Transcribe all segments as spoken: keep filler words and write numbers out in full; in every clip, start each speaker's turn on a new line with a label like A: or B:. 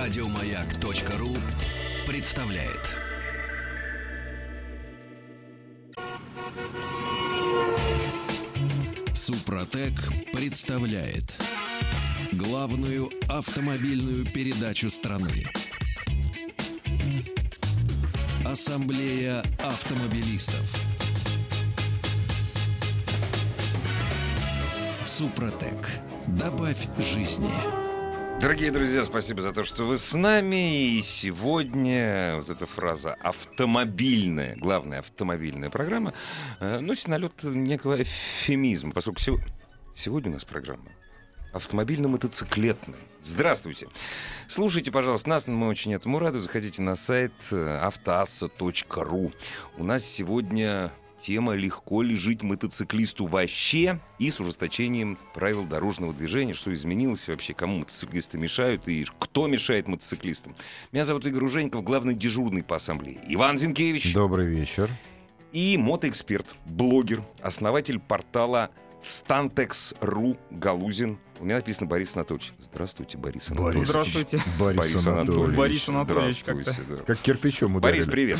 A: Радиомаяк.ру представляет. Супротек представляет главную автомобильную передачу страны. Ассамблея автомобилистов. Супротек. Добавь жизни.
B: Дорогие друзья, спасибо за то, что вы с нами. И сегодня вот эта фраза «автомобильная», главная автомобильная программа, носит налет некого эвфемизма, поскольку сегодня у нас программа автомобильно-мотоциклетная. Здравствуйте. Слушайте, пожалуйста, нас, мы очень этому рады. Заходите на сайт автоасса точка ру. У нас сегодня тема «Легко ли жить мотоциклисту вообще?» и с ужесточением правил дорожного движения. Что изменилось вообще, кому мотоциклисты мешают и кто мешает мотоциклистам. Меня зовут Игорь Ужеников, главный дежурный по ассамблее. Иван Зинкевич.
C: Добрый вечер.
B: И мотоэксперт, блогер, основатель портала Станtekс точка ру Галузин. У меня написано Борис Анатольевич. Здравствуйте, Борис Анатольевич.
D: Здравствуйте.
C: Борис,
B: Борис
C: Анатольевич.
B: Анатольевич.
D: Борис Анатольевич
B: Здравствуйте. Да.
C: Как кирпичом ударили.
B: Борис, привет.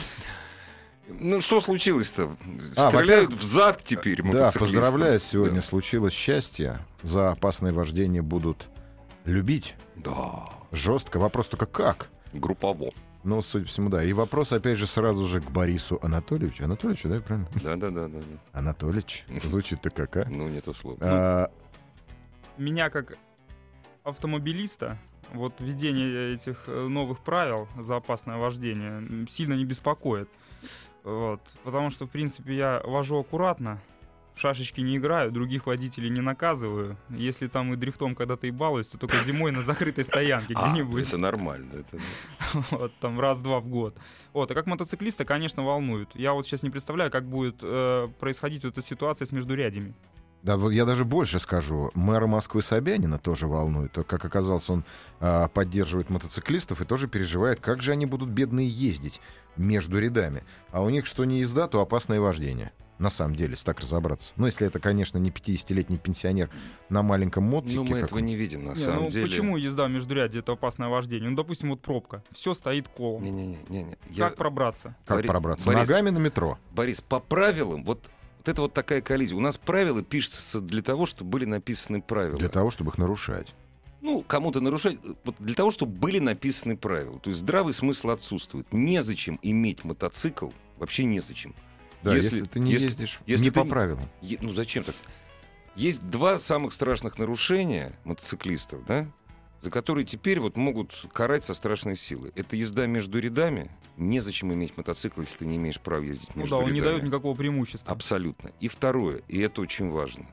B: Ну, что случилось-то?
C: А,
B: Стреляют в зад теперь
C: Да,
B: мотоциклисты.
C: поздравляю, сегодня
B: Да.
C: случилось счастье. За опасное вождение будут любить
B: Да.
C: жестко. Вопрос только как?
B: Группово.
C: Ну, судя по всему, да. И вопрос, опять же, сразу же к Борису Анатольевичу. Анатольевичу, да, правильно?
B: Да-да-да.
C: Анатольевич. Звучит-то как, а?
B: Ну, не то слово.
C: А,
D: Меня как автомобилиста вот введение этих э, новых правил за опасное вождение м, сильно не беспокоит. Вот. Потому что, в принципе, я вожу аккуратно, в шашечки не играю, других водителей не наказываю. Если там и дрифтом когда-то и балуюсь, то только зимой на закрытой стоянке
B: А,
D: где-нибудь.
B: это нормально. Это...
D: Вот, там раз-два в год. Вот, а как мотоциклиста, конечно, волнует. Я вот сейчас не представляю, как будет э, происходить вот эта ситуация с междурядьями.
C: Да, вот я даже больше скажу. Мэра Москвы Собянина тоже волнует. То, как оказалось, он а, поддерживает мотоциклистов и тоже переживает, как же они будут бедные ездить между рядами. А у них что не езда, то опасное вождение. На самом деле, если так разобраться. Ну, если это, конечно, не пятидесятилетний пенсионер на маленьком мотике.
B: Ну, мы этого
C: каком-то.
B: не видим, на
D: Не,
B: самом
D: ну
B: деле.
D: почему езда в междуряде — это опасное вождение? Ну, допустим, вот пробка. Все стоит колом.
B: Не-не-не.
D: Как пробраться?
C: Как
B: Бори-
C: пробраться?
B: Борис-
C: Ногами на метро.
B: Борис, по правилам, вот, вот это вот такая коллизия. У нас правила пишутся для того, чтобы были написаны правила.
C: Для того, чтобы их нарушать.
B: Ну, кому-то нарушать, вот для того, чтобы были написаны правила. То есть здравый смысл отсутствует. Незачем иметь мотоцикл, вообще незачем.
C: Да, если, ты не
B: если-
C: ездишь
B: если
C: не
B: ты
C: по
B: не-
C: правилам.
B: Е- Ну, зачем так? Есть два самых страшных нарушения мотоциклистов, да, за которые теперь вот могут карать со страшной силой. Это езда между рядами. Незачем иметь мотоцикл, если ты не имеешь права ездить
D: Ну
B: между
D: да, он
B: рядами.
D: не дает никакого преимущества.
B: Абсолютно. И второе, и это очень важно.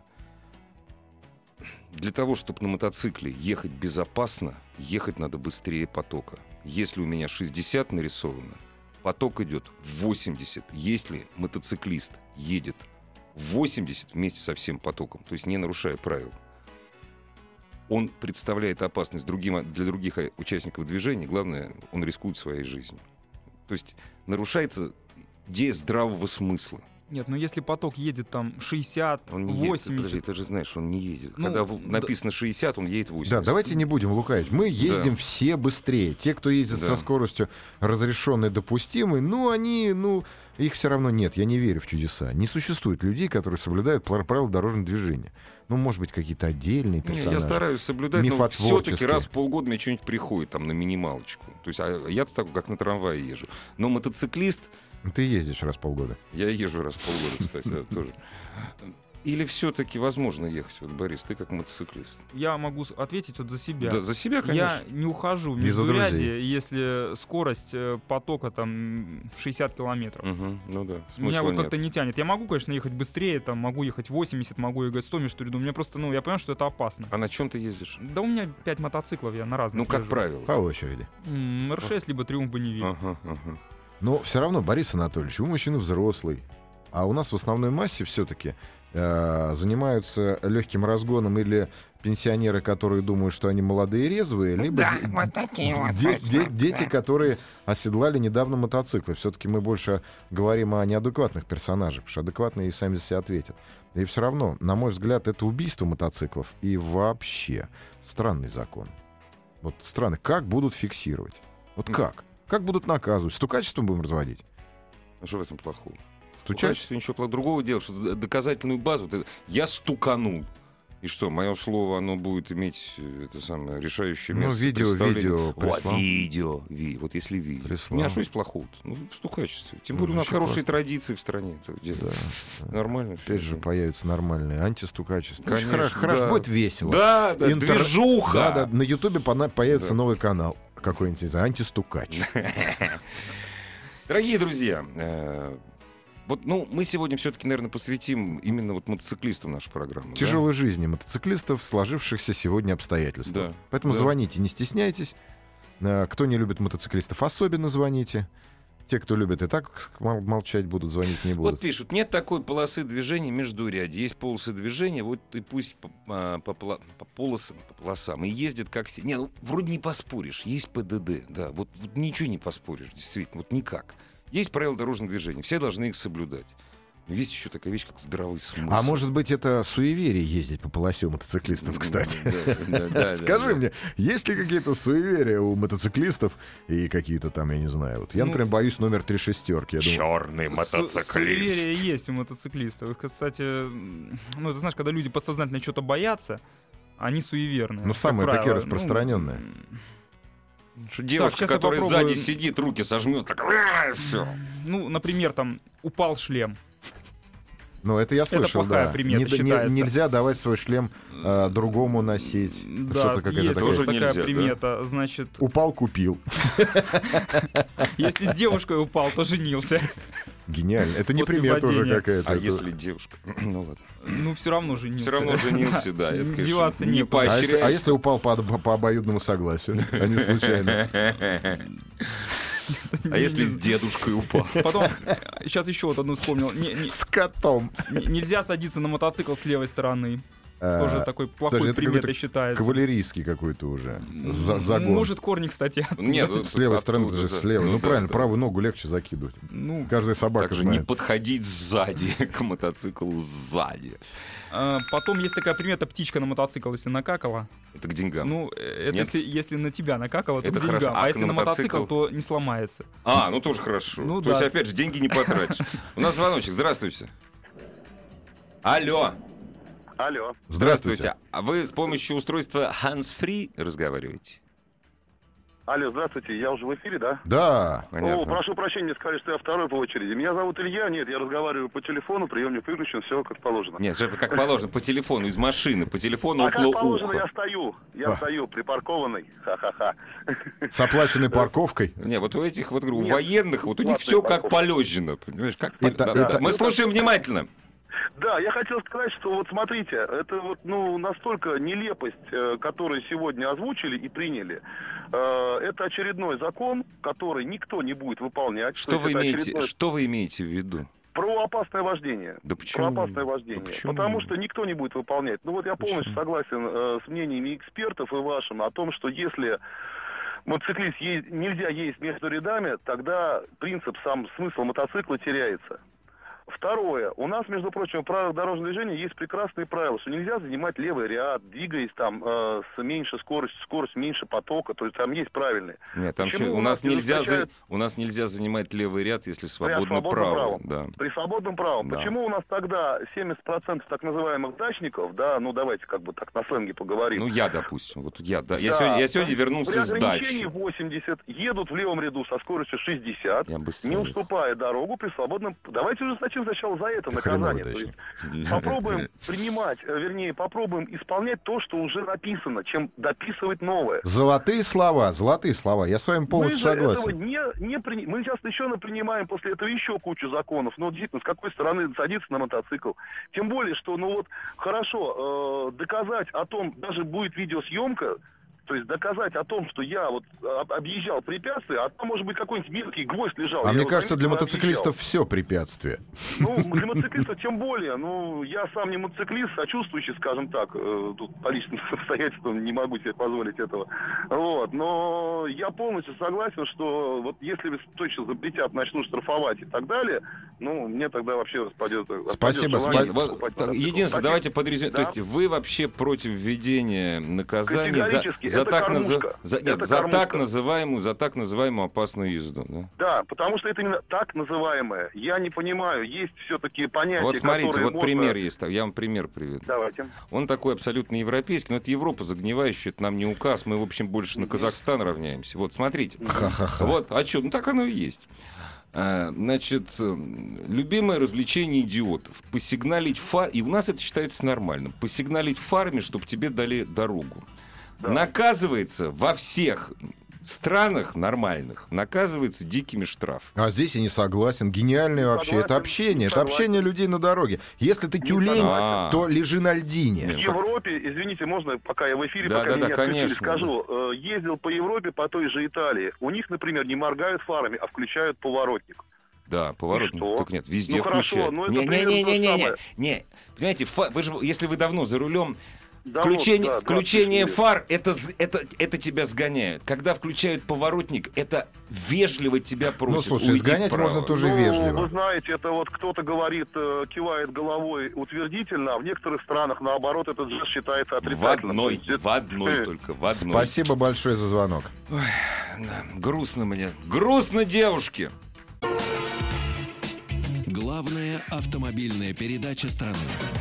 B: Для того, чтобы на мотоцикле ехать безопасно, ехать надо быстрее потока. Если у меня шестьдесят нарисовано, поток идет в восемьдесят. Если мотоциклист едет в восемьдесят вместе со всем потоком, то есть не нарушая правил, он представляет опасность другим, для других участников движения. Главное, он рискует своей жизнью. То есть нарушается идея здравого смысла.
D: Нет, ну если поток едет там шестьдесят,
B: Он не едет.
D: восемьдесят...
B: Подожди, ты же знаешь, он не едет.
D: Ну,
B: Когда в-
D: да.
B: написано шестьдесят, он едет восемьдесят.
C: Да, давайте не будем лукавить. Мы ездим все быстрее. Те, кто ездит
B: Да.
C: со скоростью разрешенной, допустимой, ну, они, ну, их все равно нет. Я не верю в чудеса. Не существует людей, которые соблюдают пла- правила дорожного движения. Ну, может быть, какие-то отдельные
B: Не,
C: персонажи.
B: я стараюсь соблюдать, но
C: Мифотворческие.
B: все-таки раз в полгода мне что-нибудь приходит там на минималочку. То есть а я-то так, как на трамвае езжу. Но мотоциклист,
C: Ты ездишь раз в полгода.
B: я езжу раз в полгода, кстати, да, тоже. Или все-таки возможно ехать? Вот, Борис, ты как мотоциклист.
D: Я могу с- ответить вот за себя.
B: Да, за себя, конечно.
D: Я не ухожу в
C: И за
D: междурядье, если скорость э, потока там шестьдесят километров.
B: Мгм, ну да,
D: Меня
B: смысла
D: вот
B: нет.
D: как-то не тянет. Я могу, конечно, ехать быстрее, там, могу ехать восемьдесят, могу ехать сто между ряду. Мне просто, ну, я понимаю, что это опасно.
B: А на чем ты ездишь?
D: Да у меня пять мотоциклов, я на разных
B: Ну, как
D: езжу.
B: правило.
C: По очереди.
D: М, эр шесть, либо Триумф Бонневиль.
B: Ага, ага.
C: Но все равно, Борис Анатольевич, вы мужчина взрослый. А у нас в основной массе все-таки э, занимаются легким разгоном или пенсионеры, которые думают, что они молодые и резвые, либо
E: Да,
C: де-
E: вот такие вот.
C: де- де- дети,
E: Да.
C: которые оседлали недавно мотоциклы. Все-таки мы больше говорим о неадекватных персонажах, потому что адекватные и сами за себя ответят. И все равно, на мой взгляд, это убийство мотоциклов и вообще странный закон. Вот странно, как будут фиксировать? Вот как? Как будут наказывать? Стукачеством будем разводить?
B: А что в этом плохого?
C: Стучать?
B: Стукачество ничего плохого. Другого дела, что доказательную базу... ты- Я стуканул. И что, мое слово, оно будет иметь э, это самое решающее
C: Ну,
B: место?
C: видео,
B: представления?
C: видео
B: Вот,
C: прислал.
B: видео, ви- вот если видео.
C: Прислал.
B: У меня что есть плохого-то? Ну, в стукачестве. Тем
C: Ну,
B: более у нас
C: очень
B: хорошие
C: классно.
B: традиции в стране. Это дело.
C: Да.
B: Нормально всё.
C: Опять же появятся нормальные антистукачества.
B: Конечно,
C: Очень хорошо, хорошо,
B: да.
C: будет весело.
B: Да, да,
C: Интер-
B: движуха!
C: Да, да, на Ютубе пона- появится
B: Да.
C: новый канал какой-нибудь, не знаю, антистукач.
B: Дорогие друзья, э, вот, ну, мы сегодня все-таки, наверное, посвятим именно вот мотоциклистам нашу программу. да?
C: Тяжелой жизни мотоциклистов, сложившихся сегодня обстоятельств.
B: Да.
C: Поэтому
B: Да.
C: звоните, не стесняйтесь. Э, Кто не любит мотоциклистов, особенно звоните. Те, кто любит, и так мол- молчать будут, звонить не
B: Вот
C: будут.
B: пишут, нет такой полосы движения междурядья. Есть полосы движения, вот и пусть по, а, по, пла- по полосам, по полосам. И ездят как все. Не, ну, вроде не поспоришь. Есть ПДД, да. Вот, вот ничего не поспоришь, действительно. Вот никак. Есть правила дорожного движения. Все должны их соблюдать. Но есть еще такая вещь, как здравый смысл.
C: А может быть, это суеверие ездить по полосе у мотоциклистов, кстати?
B: Да, да, да,
C: Скажи
B: да.
C: мне, есть ли какие-то суеверия у мотоциклистов и какие-то там, я не знаю, вот я,
D: Ну,
C: например, боюсь номер три шестерки. Я думаю,
B: Черный
D: Су- Суеверия есть у мотоциклистов. Их, кстати, м, ну, ты знаешь, когда люди подсознательно что-то боятся, они суеверные.
C: Ну,
D: как
C: самые такие
D: правило.
C: распространенные.
D: Ну,
B: Что девушка,
D: щас я
B: которая
D: попробую.
B: сзади сидит, руки сожмет, так все.
D: ну, например, там упал шлем.
C: ну, это я слышал,
D: плохая
C: да.
D: примета
C: Не- не-
D: считается.
C: нельзя давать свой шлем э, другому носить.
D: Да,
C: Что-то какая-то
D: есть
C: такая.
D: тоже такая
B: Нельзя, да?
D: примета. Значит,
C: Упал, купил.
D: если с девушкой упал, то женился.
C: Гениально. Это не
D: После
C: примета уже
D: падения.
C: какая-то.
B: А
C: это-
B: если девушка? Ну ладно.
D: Ну, все равно женился.
B: Все равно женился, да. Это, конечно,
D: Деваться
B: не
D: некуда.
C: А если,
B: поощряется.
C: а если упал по, по- по обоюдному согласию, а не случайно?
B: А если с дедушкой упал?
D: Потом, сейчас еще вот одну вспомнил. Не- не-
C: С котом.
D: не- Нельзя садиться на мотоцикл с левой стороны.
C: А,
D: Тоже такой плохой
C: подожди, это
D: приметой
C: какой-то
D: считается.
C: Кавалерийский какой-то уже. За-
D: М,
C: Загон.
D: Может, корни, кстати.
B: Нет, вот
C: С левой стороны,
B: оттуда,
C: это же
B: да.
C: с левой. Ну,
B: да,
C: правильно,
B: да.
C: правую ногу легче закидывать.
D: Ну,
C: Каждая собака
B: Также не
C: знает.
B: подходить сзади к мотоциклу сзади.
D: а, потом есть такая примета: птичка на мотоцикл, если накакала.
B: Это к деньгам.
D: Ну, э, это
B: Нет?
D: если, если на тебя накакала, то
B: Это
D: к деньгам.
B: хорошо. А
D: А если
B: на
D: на мотоцикл,
B: мотоцикл?
D: то не сломается.
B: А, ну тоже хорошо.
D: Ну
B: То
D: да.
B: есть, опять же, деньги не потратишь. У нас звоночек. Здравствуйте. Алло.
E: Алло.
C: Здравствуйте.
B: А вы с помощью устройства hands-free разговариваете?
E: Алло, здравствуйте, я уже в эфире, да?
C: Да.
E: О,
B: Понятно.
E: прошу прощения, мне сказали, что я второй по очереди. Меня зовут Илья, нет, я разговариваю по телефону, приемник выключен, все как положено.
B: Нет, же как положено, по телефону, из машины, по телефону
E: А как
B: около
E: положено, я
B: уха.
E: стою, я
C: А.
E: стою, припаркованный, ха-ха-ха.
C: С оплаченной парковкой.
B: Не, вот у этих, вот говорю, у
E: Нет,
B: военных, вот у них
E: классная
B: все как
E: парковка.
B: полежено, понимаешь, как пол-
C: Это-
B: да, да,
C: это-
B: да. Мы слушаем внимательно.
E: Да, я хотел сказать, что вот смотрите, это вот, ну, настолько нелепость, э, которую сегодня озвучили и приняли, э, это очередной закон, который никто не будет выполнять. То
B: Что
E: есть
B: вы
E: это
B: имеете,
E: очередной-
B: что вы имеете в виду?
E: Про опасное вождение.
B: Да почему?
E: Про опасное вождение.
B: Да почему?
E: Потому что никто не будет выполнять. Ну вот я полностью
B: Почему?
E: согласен э, с мнениями экспертов и вашим о том, что если мотоциклист е- нельзя ездить между рядами, тогда принцип, сам смысл мотоцикла теряется. Второе. У нас, между прочим, в правилах дорожного движения есть прекрасные правила, что нельзя занимать левый ряд, двигаясь там э, с меньшей скоростью, скорость меньше потока, то есть там есть правильные.
B: Нет, там
E: Почему
B: еще-
E: у
B: у нас
E: нас не
B: нельзя за-
E: ужесточают-
B: у нас нельзя занимать левый ряд, если свободно
E: свободным
B: право.
E: правом.
B: Да.
E: При свободном правом.
B: Да.
E: Почему у нас тогда семьдесят процентов так называемых дачников, да, ну давайте как бы так на сленге поговорим.
B: Ну я, допустим, вот я, да. Я
E: Да.
B: сегодня, я сегодня
E: При
B: вернулся с
E: ограничении
B: дачи.
E: восемьдесят, едут в левом ряду со скоростью шестьдесят,
B: Я быстрее
E: не
B: ехал.
E: уступая дорогу при свободном... Давайте ужесточим сначала за это
C: Ты хреновый
E: наказание. То
C: дачник.
E: есть попробуем принимать, э, вернее, попробуем исполнять то, что уже написано, чем дописывать новое.
C: Золотые слова, золотые слова. Я с вами полностью
E: Мы же этого
C: согласен.
E: не, не при... Мы сейчас еще принимаем после этого еще кучу законов. Но действительно, с какой стороны садиться на мотоцикл? Тем более, что, ну вот, хорошо, э, доказать о том, даже будет видеосъемка, то есть доказать о том, что я вот об- объезжал препятствия, а там, может быть, какой-нибудь мелкий гвоздь лежал.
C: А
E: я
C: мне
E: его
C: кажется, для
E: заметил,
C: мотоциклистов все препятствие.
E: объезжал. Ну, для мотоциклистов тем более. Ну, я сам не мотоциклист, сочувствующий, скажем так. э, Тут по личным обстоятельствам не могу себе позволить этого. Вот. Но я полностью согласен, что вот если точно запретят, начнут штрафовать и так далее, ну, мне тогда вообще распадет.
C: Спасибо,
E: распадет
C: спа-
E: желание
B: Вот,
E: покупать
B: так,
E: мотоцикл.
B: единственное,
E: Спасибо.
B: давайте подрезюмируем.
E: Да.
B: То есть вы вообще против введения наказаний за,
E: Категорически.
B: за за,
E: это
B: так, назы...
E: кормушка.
B: за... Нет,
E: Это
B: за,
E: кормушка.
B: так называемую, за так называемую опасную езду. Да?
E: Да, потому что это именно так называемое. Я не понимаю, есть все-таки понятия,
B: Вот смотрите,
E: которые
B: вот
E: можно...
B: пример есть. Я вам пример приведу.
E: Давайте.
B: Он такой абсолютно европейский, но это Европа загнивающая, это нам не указ. Мы, в общем, больше на Казахстан равняемся. Вот, смотрите.
C: Ха-ха-ха.
B: Вот, а что? Ну, так оно и есть. А, значит, любимое развлечение идиотов. Посигналить фар... И у нас это считается нормальным. Посигналить фарами, чтобы тебе дали дорогу.
E: Да.
B: Наказывается во всех странах нормальных, наказывается дикими штрафами.
C: А здесь я не согласен. Гениальное вообще.
E: Согласен,
C: Это общение. Это
E: согласен.
C: общение людей на дороге. Если ты тюлень,
B: согласен.
C: то лежи на льдине.
E: В Европе, извините, можно, пока я в эфире,
B: Да,
E: пока
B: да,
E: меня
B: да,
E: отключили,
B: конечно.
E: скажу. Э, Ездил по Европе, по той же Италии. У них, например, не моргают фарами, а включают поворотник.
B: Да, поворотник.
E: что?
B: Так нет, везде
E: Ну, хорошо,
B: включают.
E: но это
B: не, не,
E: примерно
B: не,
E: то
B: не, не, не,
E: самое.
B: не. Понимаете, фа- вы же, если вы давно за рулем,
E: Да
B: включение,
E: вот, да,
B: включение
E: двадцать лет.
B: фар это, з- это, это тебя сгоняют. Когда включают поворотник, это вежливо тебя
C: Ну,
B: просят.
C: слушай,
B: уйди
C: сгонять
B: вправо.
C: можно тоже
E: Ну,
C: вежливо.
E: вы знаете, это вот кто-то говорит, э, кивает головой утвердительно, а в некоторых странах, наоборот, этот жест считается
B: В
E: отрицательным.
B: одной,
E: То есть
B: в одной
E: это-
B: только, в одной.
C: Спасибо большое за звонок.
B: Да, грустно мне. Грустно, девушки.
A: Главная автомобильная передача страны.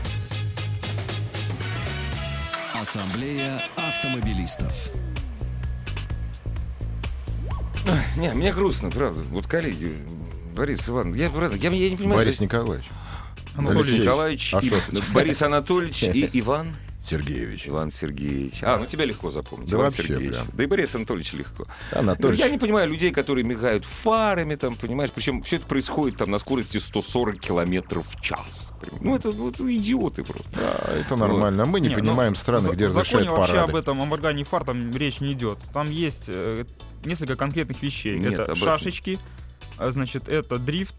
A: Ассамблея автомобилистов.
B: Не, мне грустно, правда. Вот, коллеги, Борис Иванович, я, правда, я, я не понимаю...
C: Борис
B: за-
C: Николаевич.
D: Анатолий
C: Алексей
B: Николаевич,
C: А
B: и-
C: шо ты?
B: Борис Анатольевич и Иван
C: Сергеевич.
B: Иван Сергеевич. А, ну тебя легко запомнить.
C: Да
B: Иван
C: вообще
B: Сергеевич.
C: прям.
B: Да и Борис Анатольевич легко. Ну,
C: Анатольевич.
B: я не понимаю людей, которые мигают фарами, там, понимаешь, причем все это происходит там на скорости сто сорок километров в час. Ну, это вот идиоты просто.
C: Да, это нормально. А мы не
D: Не, ну,
C: понимаем страны,
D: за-
C: где
D: в законе
C: разрешают
D: вообще об
C: парады.
D: этом, о моргании фар там речь не идет. Там есть э, несколько конкретных вещей.
B: Нет,
D: это
B: об этом.
D: шашечки, а, значит, это дрифт,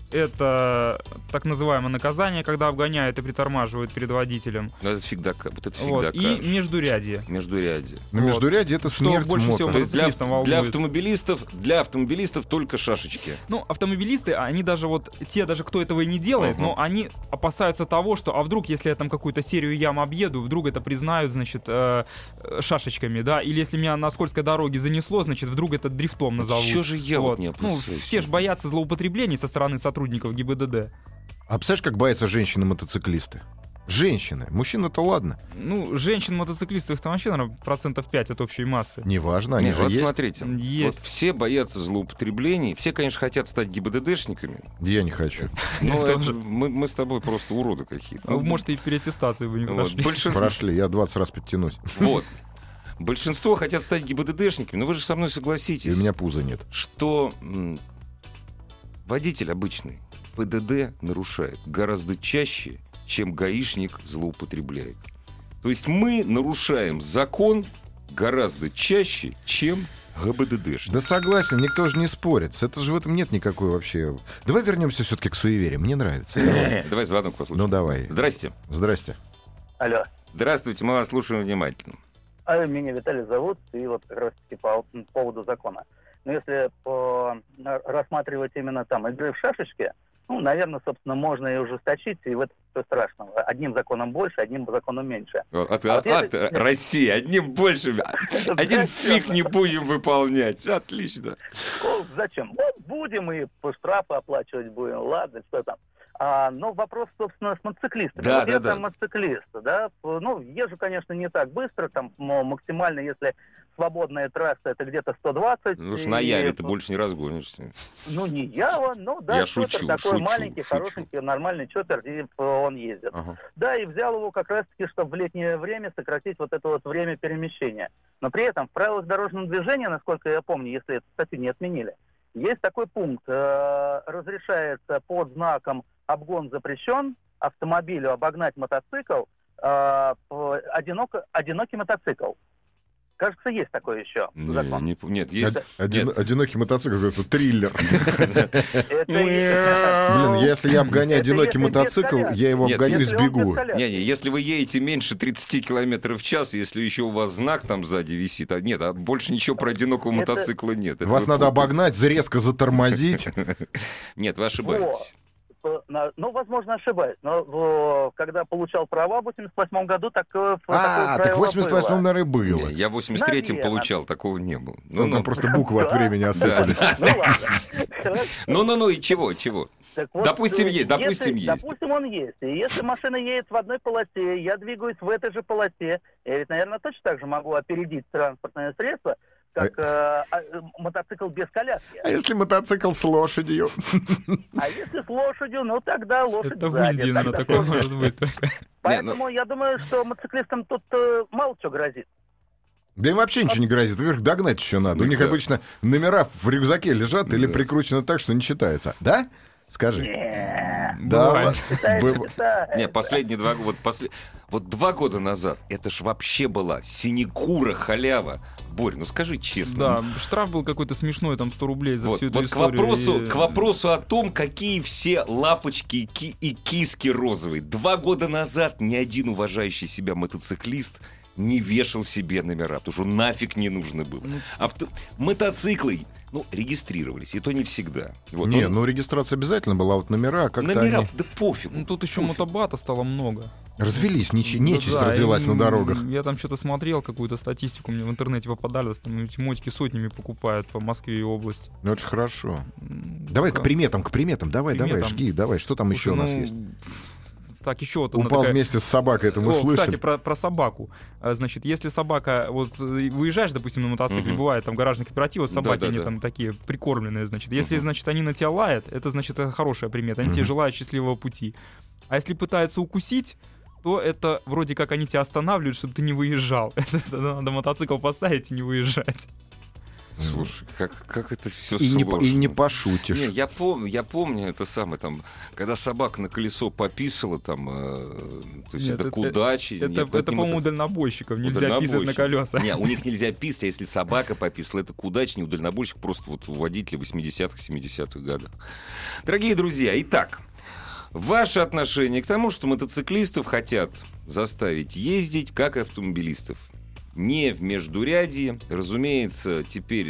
D: это так называемое наказание, когда обгоняют и притормаживают перед водителем.
B: Ну, это всегда, ка- вот это всегда
D: Вот. И
B: кажется.
D: междурядье.
B: Междурядье.
C: На междуряде это
D: Что
C: смерть
D: больше всего
C: мотора.
B: То есть для,
D: мотоциклистам
B: для
D: волнует.
B: автомобилистов, для автомобилистов только шашечки.
D: Ну, автомобилисты, они даже вот, те даже, кто этого и не делает,
B: Ага.
D: но они опасаются того, что, а вдруг, если я там какую-то серию ям объеду, вдруг это признают, значит, э, э, шашечками, да, или если меня на скользкой дороге занесло, значит, вдруг это дрифтом назовут.
B: Чё же я вот
D: Вот.
B: не
D: Ну,
B: опасаюсь?
D: все же боятся злоупотреблений со стороны сотрудников ГИБДД.
C: А представляешь, как боятся женщины-мотоциклисты? Женщины. Мужчины-то ладно.
D: Ну, женщин-мотоциклистов там вообще, наверное, процентов пять от общей массы.
C: Неважно, они
B: Не,
C: же
B: вот
C: есть.
B: смотрите,
D: Есть.
B: вот все боятся злоупотреблений, все, конечно, хотят стать ГИБДДшниками,
C: Я не хочу.
B: но
D: Я
B: это
D: тоже.
B: мы, мы с тобой просто уроды какие-то.
D: Ну, может, и переаттестацию вы не
B: Вот,
D: прошли.
B: большинство,
C: Прошли, я двадцать раз подтянусь.
B: вот. Большинство хотят стать ГИБДДшниками, но вы же со мной
C: И
B: согласитесь,
C: у меня пуза нет.
B: что м, водитель обычный ПДД нарушает гораздо чаще, чем гаишник злоупотребляет. То есть мы нарушаем закон гораздо чаще, чем ГИБДДшник.
C: Да согласен, никто же не спорит. Это же в этом нет никакой вообще... Давай вернемся все-таки к суевериям. Мне нравится.
B: Давай звонок послушаем.
C: Ну давай.
B: Здрасте.
C: Здрасте.
F: Алло.
B: Здравствуйте, мы вас слушаем внимательно.
F: А меня Виталий зовут, и вот как раз таки по поводу закона. Но если по, рассматривать именно там игры в шашечки, ну, наверное, собственно, можно и ужесточить, и в этом все страшного. Одним законом больше, одним законом меньше.
B: От,
F: А вот
B: от-
F: если-
B: Россия, одним больше, один фиг не будем выполнять. Отлично.
F: Ну, зачем? Вот будем и по штрафы оплачивать будем, ладно, что там. А, но вопрос, собственно, с мотоциклистами.
B: Да,
F: вот
B: да,
F: я
B: да.
F: там мотоциклист, да, ну, езжу, конечно, не так быстро, там м- максимально, если свободная трасса, это где-то сто двадцать.
B: Ну уж на
F: и-
B: Яве ты больше не разгонишься.
F: Ну, не Ява, ну да,
B: Я
F: чоппер
B: шучу,
F: такой
B: шучу,
F: маленький,
B: шучу.
F: хорошенький, нормальный чоппер, и э, он ездит.
B: Ага.
F: Да, и взял его как раз-таки, чтобы в летнее время сократить вот это вот время перемещения. Но при этом в правилах дорожного движения, насколько я помню, если эту статью не отменили, есть такой пункт, э, разрешается под знаком «обгон запрещен» автомобилю обогнать мотоцикл, э, п- одиноко, одинокий мотоцикл. Кажется, есть такой еще
B: Не,
F: закон.
B: не- нет, есть...
C: Од- один-
B: нет.
C: Одинокий мотоцикл, это триллер.
F: Это
C: Блин, если я обгоняю
F: Это
C: одинокий
F: если без
C: мотоцикл,
F: коляски.
C: я его
B: Нет,
C: обгоню и
F: если он без
C: сбегу.
F: коляски.
B: Не, не, если вы едете меньше тридцать километров в час, если еще у вас знак там сзади висит, а нет, а больше ничего про одинокого
F: Это-
B: мотоцикла нет. Это
C: Вас
B: вы
C: надо
B: путаете.
C: обогнать, резко затормозить.
B: Нет, вы ошибаетесь.
F: на- ну, возможно, ошибаюсь, но в- когда получал права в восемьдесят восьмом году, так, э, такое
C: А, так
F: правило
C: в восемьдесят восьмом,
F: было.
C: наверное, было.
B: Не, я в восемьдесят третьем
F: Наверно.
B: получал, такого не было.
C: Ну,
B: Ну,
C: там
B: ну,
C: просто буквы от
F: Да.
C: времени осыпались.
F: Ну, ладно. Хорошо.
B: ну, ну, ну, и чего, чего?
F: Так вот,
B: Допустим,
F: э,
B: есть, допустим,
F: если-
B: есть.
F: Допустим, он есть. И если машина едет в одной полосе, я двигаюсь в этой же полосе, я ведь, наверное, точно так же могу опередить транспортное средство, как э, а, э, мотоцикл без коляски.
C: А если мотоцикл с лошадью?
F: А если с лошадью, ну тогда лошадь
D: Это в
F: сзади.
D: Индии, наверное,
F: Тогда
D: такое
F: тоже.
D: может быть.
F: Поэтому я думаю, что мотоциклистам тут э, мало чего грозит.
C: Да им вообще ничего не грозит. Во-первых, догнать еще надо. У них
B: Да.
C: обычно номера в рюкзаке лежат или
B: Да.
C: прикручены так, что не читаются. Да? Скажи.
F: Не,
C: Да,
D: Бывает.
F: читается,
C: быв-
F: читается.
B: Не, последние два года, вот, после... вот два года назад, это ж вообще была синекура, халява. Борь, ну скажи честно.
D: Да, штраф был какой-то смешной, там сто рублей за
B: Вот,
D: всю эту
B: вот к
D: историю.
B: вопросу,
D: и-
B: к вопросу о том, какие все лапочки и, ки- и киски розовые. Два года назад ни один уважающий себя мотоциклист не вешал себе номера, потому что нафиг не нужно было.
D: Ну,
B: Авто... Мотоциклы, ну, регистрировались, и то не всегда. Вот,
C: Не,
B: он-
C: ну регистрация обязательно была, а вот номера как-то
B: номера,
C: они
B: да пофиг.
D: ну, тут еще мотобата стало много.
C: развелись, неч-
D: Да,
C: нечисть
D: да,
C: развелась
D: и,
C: на дорогах.
D: м, Я там что-то смотрел, какую-то статистику мне в интернете попадались, там эти мотики сотнями покупают по Москве и области.
C: Ну это же хорошо.
D: М,
C: Давай
D: ну,
C: к приметам, к приметам. Давай, давай,
D: Приметам.
C: жги, давай. Что там еще у нас
D: ну,
C: есть?
D: Так, еще вот одна
C: Упал
D: такая-
C: вместе с собакой, это мы
D: О,
C: слышим.
D: кстати, про, про собаку. А, Значит, если собака, вот э, выезжаешь, допустим, на мотоцикле,
B: Мгм.
D: бывает там гаражный кооператив, вот собаки, они
B: Да-да-да.
D: там такие прикормленные, значит. Если,
B: Мгм.
D: значит, они на тебя лают, это, значит, это хорошая примета, они тебе
C: Мгм.
D: желают счастливого пути. А если пытаются укусить, то это вроде как они тебя останавливают, чтобы ты не выезжал. Это, это надо мотоцикл поставить и не выезжать.
B: Слушай, как, как это все
C: И не,
B: сложно.
C: по- и не пошутишь.
B: Не, я помню, я помню это самое там, когда собака на колесо пописала, там, э, то есть
D: Нет,
B: это
D: это-
B: к удаче.
D: Это,
B: Нет,
D: это,
B: не
D: по-моему, у
B: мотоцикл.
D: дальнобойщиков.
B: У
D: Нельзя писать на
B: дальнобойщиков.
D: колеса.
B: Не, у них нельзя писать, а если собака пописала, это к удаче, не у дальнобойщиков, просто вот у водителей восьмидесятых, семидесятых годов. Дорогие друзья, итак, ваше отношение к тому, что мотоциклистов хотят заставить ездить, как и автомобилистов. Не в междурядье. Разумеется, теперь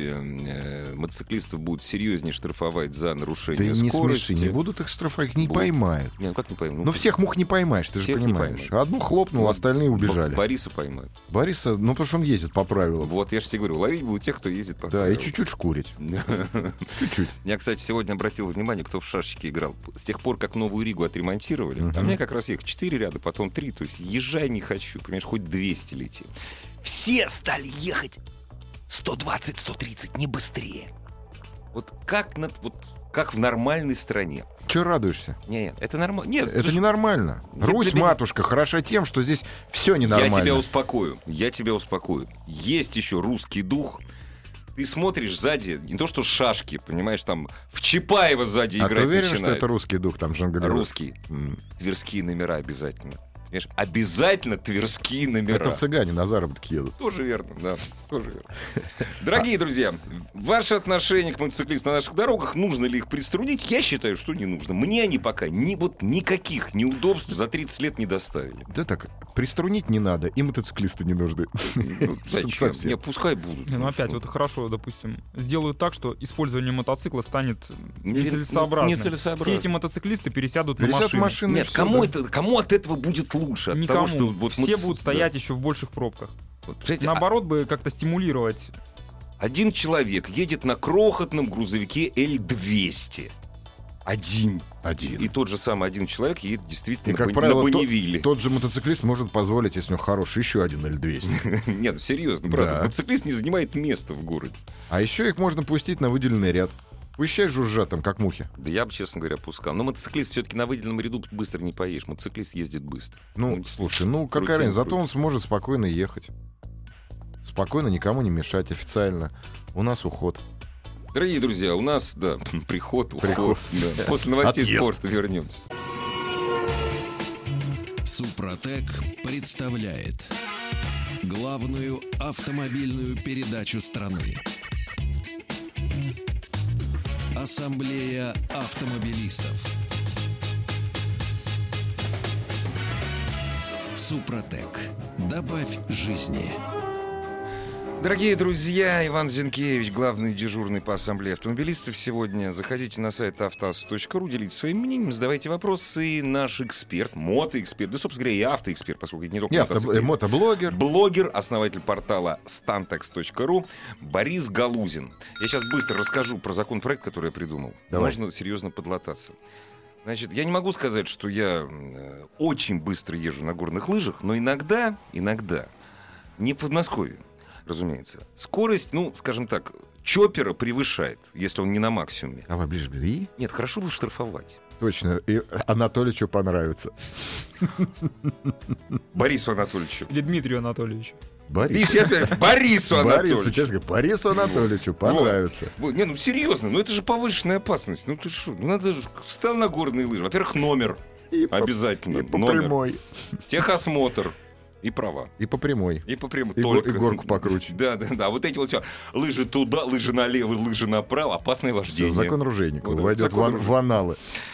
B: э, мотоциклистов будут серьезнее штрафовать за
C: Ты
B: нарушение
C: не
B: скорости.
C: смеши, не будут их штрафовать, не
B: Будут.
C: поймают.
B: Не, ну как не пойму?
C: Но всех мух не поймаешь, ты же
B: всех не
C: понимаешь.
B: поймаешь.
C: Одну хлопнул,
B: Вот
C: остальные убежали.
B: Бориса поймают.
C: Бориса, ну потому что он ездит по правилам.
B: Вот, я же тебе говорю, ловить будут тех, кто ездит по
C: Да, и
B: правилам.
C: чуть-чуть шкурить. Чуть-чуть.
B: Я, кстати, сегодня обратил внимание, кто в шашечки играл. С тех пор, как Новую Ригу отремонтировали,
C: Мгм.
B: а мне как раз их четыре ряда, потом три, то есть езжай не хочу, понимаешь, хоть двести лети. Все стали ехать сто двадцать - сто тридцать, не быстрее. Вот как, над, вот как в нормальной стране.
C: Че радуешься?
B: Нет, это нормально. Нет,
C: Это
B: слушай,
C: ненормально.
B: Я
C: Русь,
B: тебе-
C: матушка, хороша тем, что здесь все
B: я
C: ненормально.
B: тебя успокою. Я тебя успокою. Есть еще русский дух. Ты смотришь сзади, не то что шашки, понимаешь, там в Чапаева сзади
C: А
B: играть
C: ты уверен, что
B: начинают.
C: это русский дух там жонглирует?
B: Русский.
C: М.
B: Тверские номера обязательно. Понимаешь, обязательно тверские номера.
C: Это цыгане на заработки едут.
B: Тоже верно, да, тоже верно. Дорогие друзья, ваше отношение к мотоциклистам на наших дорогах, нужно ли их приструнить? Я считаю, что не нужно. Мне они пока ни, вот, никаких неудобств за тридцать лет не доставили.
C: Да так, приструнить не надо, и мотоциклисты не нужны.
B: Ну,
C: Чтоб
B: зачем?
C: совсем.
B: Не, пускай будут.
D: Не, ну
B: Ну,
D: опять,
B: что?
D: вот хорошо, допустим, сделают так, что использование мотоцикла станет
B: Не-
D: нецелесообразным.
B: нецелесообразно.
D: Все эти мотоциклисты пересядут,
C: Пересядут
D: на
C: в
D: машины.
C: машины.
B: Нет,
C: всё,
B: кому,
C: да.
B: это, кому от этого будет лучше? От
D: Никому.
B: того, что вот
D: Все
B: мотоци-
D: будут
B: да.
D: стоять еще в больших пробках.
B: Вот, представляете, а-
D: Наоборот, бы как-то стимулировать.
B: Один человек едет на крохотном грузовике Л двести. Один.
C: Один.
B: И тот же самый один человек едет действительно
C: И, как
B: на,
C: правило,
B: на
C: то-
B: Бонневилле.
C: Тот же мотоциклист может позволить, если у него хороший, еще один Л двести.
B: Нет, серьезно, правда.
C: Да.
B: Мотоциклист не занимает места в городе.
C: А еще их можно пустить на выделенный ряд. Пущай жужжат там, как мухи.
B: Да я бы, честно говоря, пускал. Но мотоциклист все-таки на выделенном ряду быстро не поедешь. Мотоциклист ездит быстро.
C: Ну, слушай, ну какая
B: крутим,
C: разница, зато
B: крутим.
C: он сможет спокойно ехать. Спокойно, никому не мешать, официально. У нас уход.
B: Дорогие друзья, у нас, да, приход, уход.
C: Приход.
B: Да. После новостей
C: Отъезд.
B: спорта вернемся.
A: Супротек представляет главную автомобильную передачу страны. Ассамблея автомобилистов. Супротек. Добавь жизни.
B: Дорогие друзья, Иван Зинкевич, главный дежурный по ассамблее автомобилистов сегодня. Заходите на сайт автоаз точка ру, делитесь своим мнением, задавайте вопросы. Наш эксперт, мотоэксперт, да, собственно говоря, и автоэксперт, поскольку это не только
C: И авто,
B: мотоциклист.
C: мотоблогер.
B: Блогер, основатель портала стантэкс точка ру Борис Галузин. Я сейчас быстро расскажу про законопроект, который я придумал.
C: Давай.
B: Можно серьезно подлататься. Значит, я не могу сказать, что я э, очень быстро езжу на горных лыжах, но иногда, иногда, не в Подмосковье, разумеется, скорость, ну, скажем так, чоппера превышает, если он не на максимуме.
C: Давай ближе, ближе. И?
B: Нет, хорошо бы штрафовать.
C: Точно. И Анатоличу понравится.
B: Борису Анатольевичу.
D: Или Дмитрию Анатольевичу.
C: Борис.
B: Видишь, я сказал, Борису
C: Борису,
B: Анатольевичу.
C: честно говоря, Борису Анатольевичу понравится.
B: Вот, не, ну серьезно, ну это же повышенная опасность. Ну ты что, ну надо же, встал на горные лыжи. Во-первых, номер
C: И по-
B: обязательно.
C: И по
B: номер.
C: прямой.
B: Техосмотр. И права.
C: И по прямой.
B: И по прямой.
C: И,
B: Только.
C: го- и горку покруче.
B: Да, да, да. Вот эти вот все. Лыжи туда, лыжи налево, лыжи направо. Опасное
C: Всё,
B: вождение.
C: закон Ружейникова
B: Вот, да,
C: войдет
B: закон
C: в, ан-
B: Ружейникова.
C: в аналы.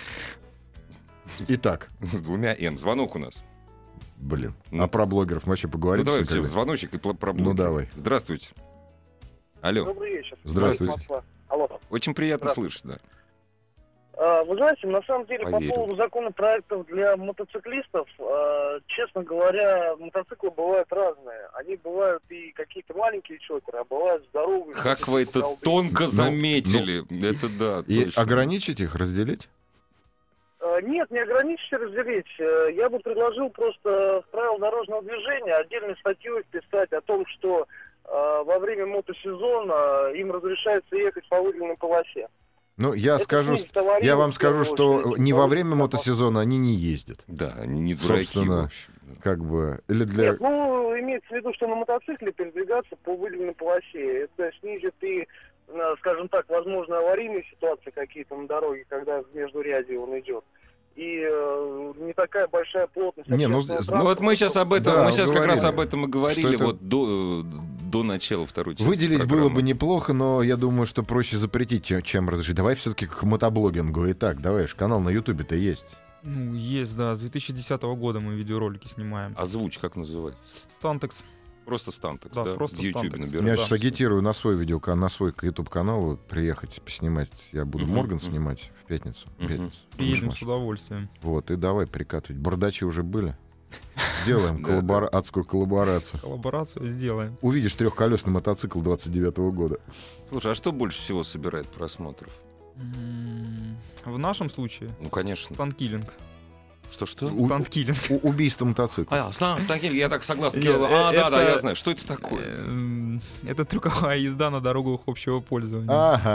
C: Итак,
B: С двумя «Н». Звонок у нас.
C: блин,
B: Ну.
C: а про блогеров мы еще
B: Ну
C: поговорим?
B: давай,
C: с Николаем?
B: звоночек и про про
C: Ну,
B: блогера.
C: давай.
B: Здравствуйте. Алло.
G: Добрый вечер.
C: Здравствуйте.
G: Москва. Алло.
B: Очень приятно
G: Здравствуйте.
B: слышать, да.
G: А, Вы знаете, на самом деле,
B: Поверю.
G: по поводу законопроектов для мотоциклистов, а, честно говоря, мотоциклы бывают разные. Они бывают и какие-то маленькие чокеры, а бывают здоровые.
B: Как вы это
G: голды.
B: тонко
C: Ну,
B: заметили. Это да,
C: И
B: точно.
C: ограничить их, разделить?
G: А, Нет, не ограничьте разделить. Э, Я бы предложил просто в правила дорожного движения отдельную статью вписать о том, что а, во время мотосезона им разрешается ехать по выделенной полосе.
C: Ну, я
G: Это
C: скажу,
G: снизит аварийность,
C: я вам
G: в
C: скажу,
G: первую
C: что
G: очередь,
C: не во время
G: повысит
C: мотосезона они не ездят.
B: Да, они не дураки,
C: Собственно,
B: в общем. да.
C: Как бы, или для...
G: Нет, ну, имеется в виду, что на мотоцикле передвигаться по выделенной полосе. Это снизит и, э, скажем так, возможно, аварийные ситуации какие-то на дороге, когда в междурядье он идет. И э, не такая большая плотность.
C: Не, ну,
G: общественного
C: с-
B: Ну вот мы сейчас об этом,
C: Да,
B: мы сейчас как
C: говорили,
B: раз об этом и говорили,
C: что это-
B: вот до, до начала второй части
C: Выделить
B: программы.
C: было бы неплохо, но я думаю, что проще запретить, чем- чем разрешить. Давай все-таки к мотоблогингу. Итак, давай, ж канал на Ютубе-то есть.
D: Ну, есть, да. С две тысячи десятого года мы видеоролики снимаем.
B: Озвучь, как называется?
D: Стантэкс.
B: Просто Стантекс,
D: Да,
B: да?
D: просто
B: в Ютубе
D: Стантекс.
B: набирай.
C: Я
D: да.
C: сейчас агитирую на свой видеоканал, на свой YouTube-канал вот, приехать, поснимать. Я буду
B: Мгм,
C: Морган
B: мгм.
C: снимать в пятницу. в
B: Мгм.
C: пятницу.
D: Приедем
C: Маш.
D: с удовольствием.
C: Вот, и давай прикатывать. Бардачи уже были. Сделаем
B: Да,
C: коллабора- адскую коллаборацию.
D: Коллаборацию сделаем.
C: Увидишь трехколесный мотоцикл двадцать девятого года.
B: Слушай, а что больше всего собирает просмотров?
D: М, В нашем случае
B: Ну, конечно.
D: станкиллинг.
B: Что-что?
C: У-
D: Станкиллинг.
C: У- убийство мотоцикла.
B: А, стан- станкиллинг, я так согласен.
D: Нет,
B: А,
D: э,
B: да, да,
D: это-
B: я знаю. Что это такое?
D: Эм, Это трюковая езда на дорогах общего пользования.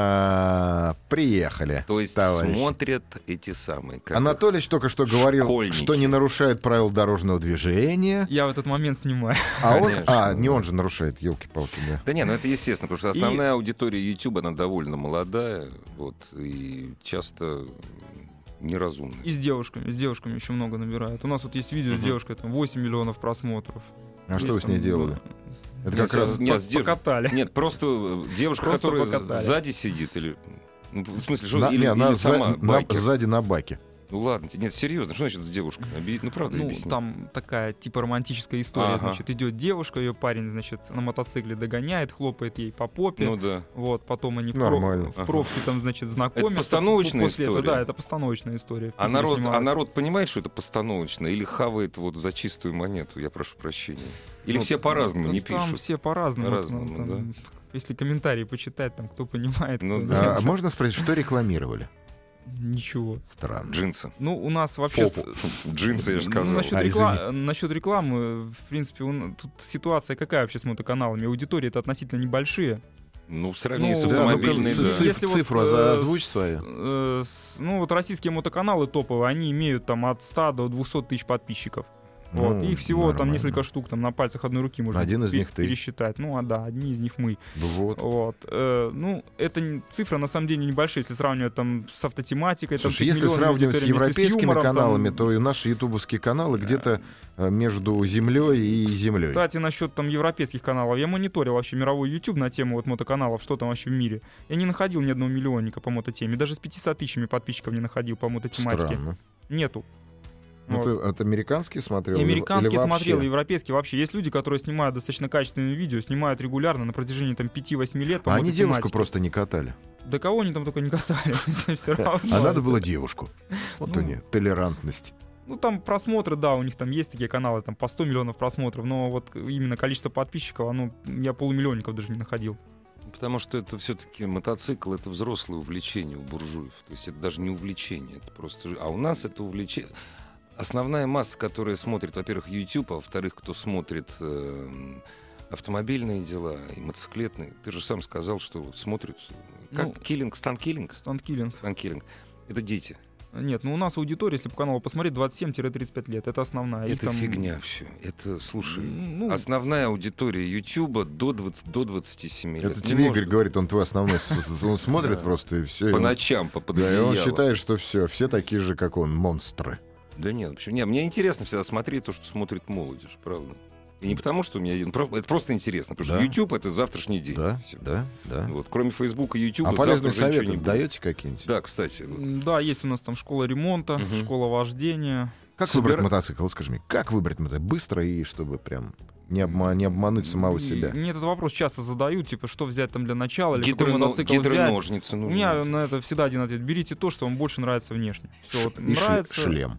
C: Ага, приехали.
B: То есть
C: товарищи.
B: смотрят эти самые... как их?
C: Анатолич только что говорил,
B: Школьники.
C: что не нарушает правил дорожного движения.
D: Я в этот момент снимаю.
C: А он,
B: Конечно.
C: а, не он же нарушает, елки-палки, да.
B: Да не, ну это естественно, потому что
D: И-
B: основная аудитория YouTube, она довольно молодая, вот, и часто неразумная.
D: И с девушками. С девушками еще много набирают. У нас вот есть видео с
B: Мгм.
D: девушкой, там восемь миллионов просмотров.
C: А что вы
D: Есть
C: с ней
D: там,
C: делали?
D: ну,
C: Это
B: Нет,
C: как раз...
B: нет,
D: по-
B: с дев-
D: покатали.
B: Нет, просто э, девушка,
D: Просто
B: которая
D: покатали.
B: сзади сидит, или... ну, в смысле, что...
C: На-
B: или,
C: не, она
B: или
C: за-
B: сама
C: на-
B: байкер?
C: сзади на баке.
B: Ну ладно, нет, серьезно, что значит с девушкой? Оби- Ну правда,
D: Ну,
B: объясни.
D: там такая типа романтическая история.
B: Ага.
D: Значит, идет девушка, ее парень, значит, на мотоцикле догоняет, хлопает ей по попе.
B: Ну да.
D: Вот, потом они в,
C: Нормально.
D: про- в пробке там, значит, знакомятся.
B: постановочная
D: После этого,
B: история?
D: да, это постановочная история. В
B: А
D: Питере
B: народ, а
D: снималась.
B: народ понимает, что это постановочно, или хавает вот за чистую монету, я прошу прощения? Или
D: Ну,
B: все по-разному
D: ну,
B: не
D: Там
B: пишут?
D: все по-разному.
B: По-разному,
D: Ну, там, Если комментарии почитать, там кто понимает,
B: Ну
D: кто
B: да.
D: нет.
C: А можно спросить, что рекламировали?
D: Ничего.
C: Странно.
B: Джинсы.
D: Ну, у нас вообще... с-
B: Попу. Джинсы, я же
D: Ну,
B: сказал.
D: насчет,
C: А,
D: рекла- насчет рекламы, в принципе, у н- тут ситуация какая вообще с мотоканалами? Аудитории это относительно небольшие.
B: Ну, в сравнении с
D: Ну,
C: да,
B: автомобильной,
C: ну-ка,
B: да.
C: циф-
D: Если вот,
C: цифру
D: э,
C: озвучь
D: с-
C: свою.
D: э, с- ну, вот российские мотоканалы топовые, они имеют там от ста до двухсот тысяч подписчиков. Вот.
C: Ну,
D: Их всего там
C: нормально.
D: несколько штук, там на пальцах одной руки можно
C: Один из
D: пе-
C: них ты.
D: пересчитать. Ну, а да, одни из них мы.
C: Вот.
D: Вот. Э, ну, это не- цифра на самом деле небольшая, если сравнивать там с автотематикой. там,
C: Слушай, если
D: миллионами
C: сравнивать с
D: аудиториями, если
C: европейскими
D: юмором, там,
C: каналами, то и наши ютубовские каналы где-то э, между землей и землей.
D: Кстати, насчет там европейских каналов. Я мониторил вообще мировой YouTube на тему вот мотоканалов, что там вообще в мире. Я не находил ни одного миллионника по мототеме. Даже с пятьюстами тысячами подписчиков не находил по мототематике.
C: Странно.
D: Нету.
C: Ну,
D: Вот.
C: ты от американские смотрел?
D: И
C: или-
D: американские
C: или вообще?
D: смотрел, и европейские вообще. Есть люди, которые снимают достаточно качественные видео, снимают регулярно на протяжении там пяти-восьми лет. по
C: А они девушку
D: математике.
C: просто не катали.
D: Да кого они там только не катали, все равно.
C: А надо было девушку. Вот
D: Ну,
C: они, толерантность.
D: Ну, там просмотры, да, у них там есть такие каналы, там по сто миллионов просмотров, но вот именно количество подписчиков, оно, я полумиллионников даже не находил.
B: Потому что это все-таки мотоцикл, это взрослое увлечение у буржуев. То есть это даже не увлечение, это просто... жи- А у нас это увлечение... Основная масса, которая смотрит, во-первых, YouTube, а во-вторых, кто смотрит э, автомобильные дела и мотоциклетные. Ты же сам сказал, что вот смотрят... Как
D: Ну,
B: киллинг, станкиллинг?
D: Станкиллинг.
B: Станкиллинг. Это дети.
D: Нет, ну у нас аудитория, если по каналу посмотреть, двадцать семь - тридцать пять лет. Это основная. Их
B: Это
D: там-
B: фигня все. Это, слушай,
D: Ну,
B: основная аудитория Ютуба до, двадцати, до двадцати семи лет.
C: Это
B: Не
C: тебе
B: может
C: Игорь
B: быть.
C: говорит, он твой основной. с- с- Он смотрит
B: Да.
C: просто и все.
B: По ночам, по под
C: Да, и он
B: одеялом.
C: считает, что все, все такие же, как он, монстры.
B: Да нет, вообще, не, мне интересно всегда смотреть то, что смотрит молодежь, правда. И не потому, что у меня... ну, про- Это просто интересно, потому
C: Да.
B: что YouTube — это завтрашний день.
C: Да,
B: Всё.
C: да, да.
B: Вот, кроме Фейсбука и YouTube,
C: А
B: завтра
C: полезные
B: уже ничего
C: советы
B: не будет.
C: даете какие-нибудь?
B: Да, кстати. вот.
D: м, да, есть у нас там школа ремонта,
B: Мгм.
D: школа вождения.
C: Как
B: Собира-
C: выбрать мотоцикл? Вот скажи мне, как выбрать мотоцикл? Быстро и чтобы прям не, обма- не обмануть самого
D: И
C: себя.
D: Мне этот вопрос часто задают, типа, что взять там для начала, или какой
B: Гидроно-
D: мотоцикл взять.
B: Гидроножницы
D: У
B: нужны.
D: меня на это всегда один ответ. Берите то, что вам больше нравится внешне. Все, вот
C: И ш-
D: нравится.
C: шлем.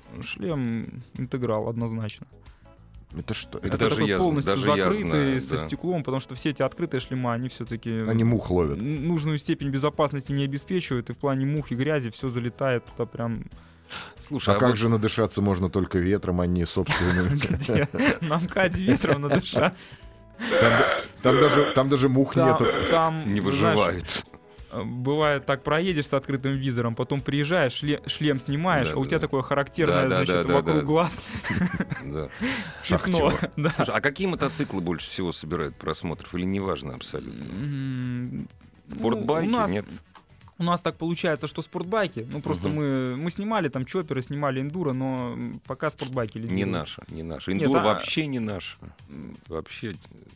D: Шлем интеграл, однозначно.
C: Это что?
B: Это
C: Это
B: даже
D: такой
B: я-
D: полностью
B: даже я
D: закрытый,
B: знаю,
D: со
B: да.
D: стеклом, потому что все эти открытые шлема, они все-таки
C: они мух ловят.
D: нужную степень безопасности не обеспечивают, и в плане мух и грязи все залетает туда прям.
B: Слушай,
C: А как
B: вот
C: же надышаться можно только ветром, а не собственным?
D: Где на МКАДе ветром надышаться.
C: Там там даже там даже мух
D: Там,
C: нету.
D: там,
B: не
D: знаешь,
B: выживает.
D: э, бывает так, проедешь с открытым визором, потом приезжаешь, шле- шлем снимаешь,
B: Да,
D: а у
B: да.
D: тебя такое характерное,
B: Да, да,
D: значит,
B: да, да,
D: вокруг
B: да.
D: глаз
B: Да.
D: пятно.
C: Шахтер.
D: Да.
B: Слушай, а какие мотоциклы больше всего собирают просмотров? Или неважно абсолютно?
D: М,
B: Спортбайки?
D: ну, у нас,
B: Нет?
D: У нас так получается, что спортбайки. Ну, просто
B: Мгм.
D: мы, мы снимали там чопперы, снимали эндуро, но м, пока спортбайки лидируют.
B: Не наша, не наша.
D: Нет,
B: Эндуро
D: а-
B: вообще не наша. М, Вообще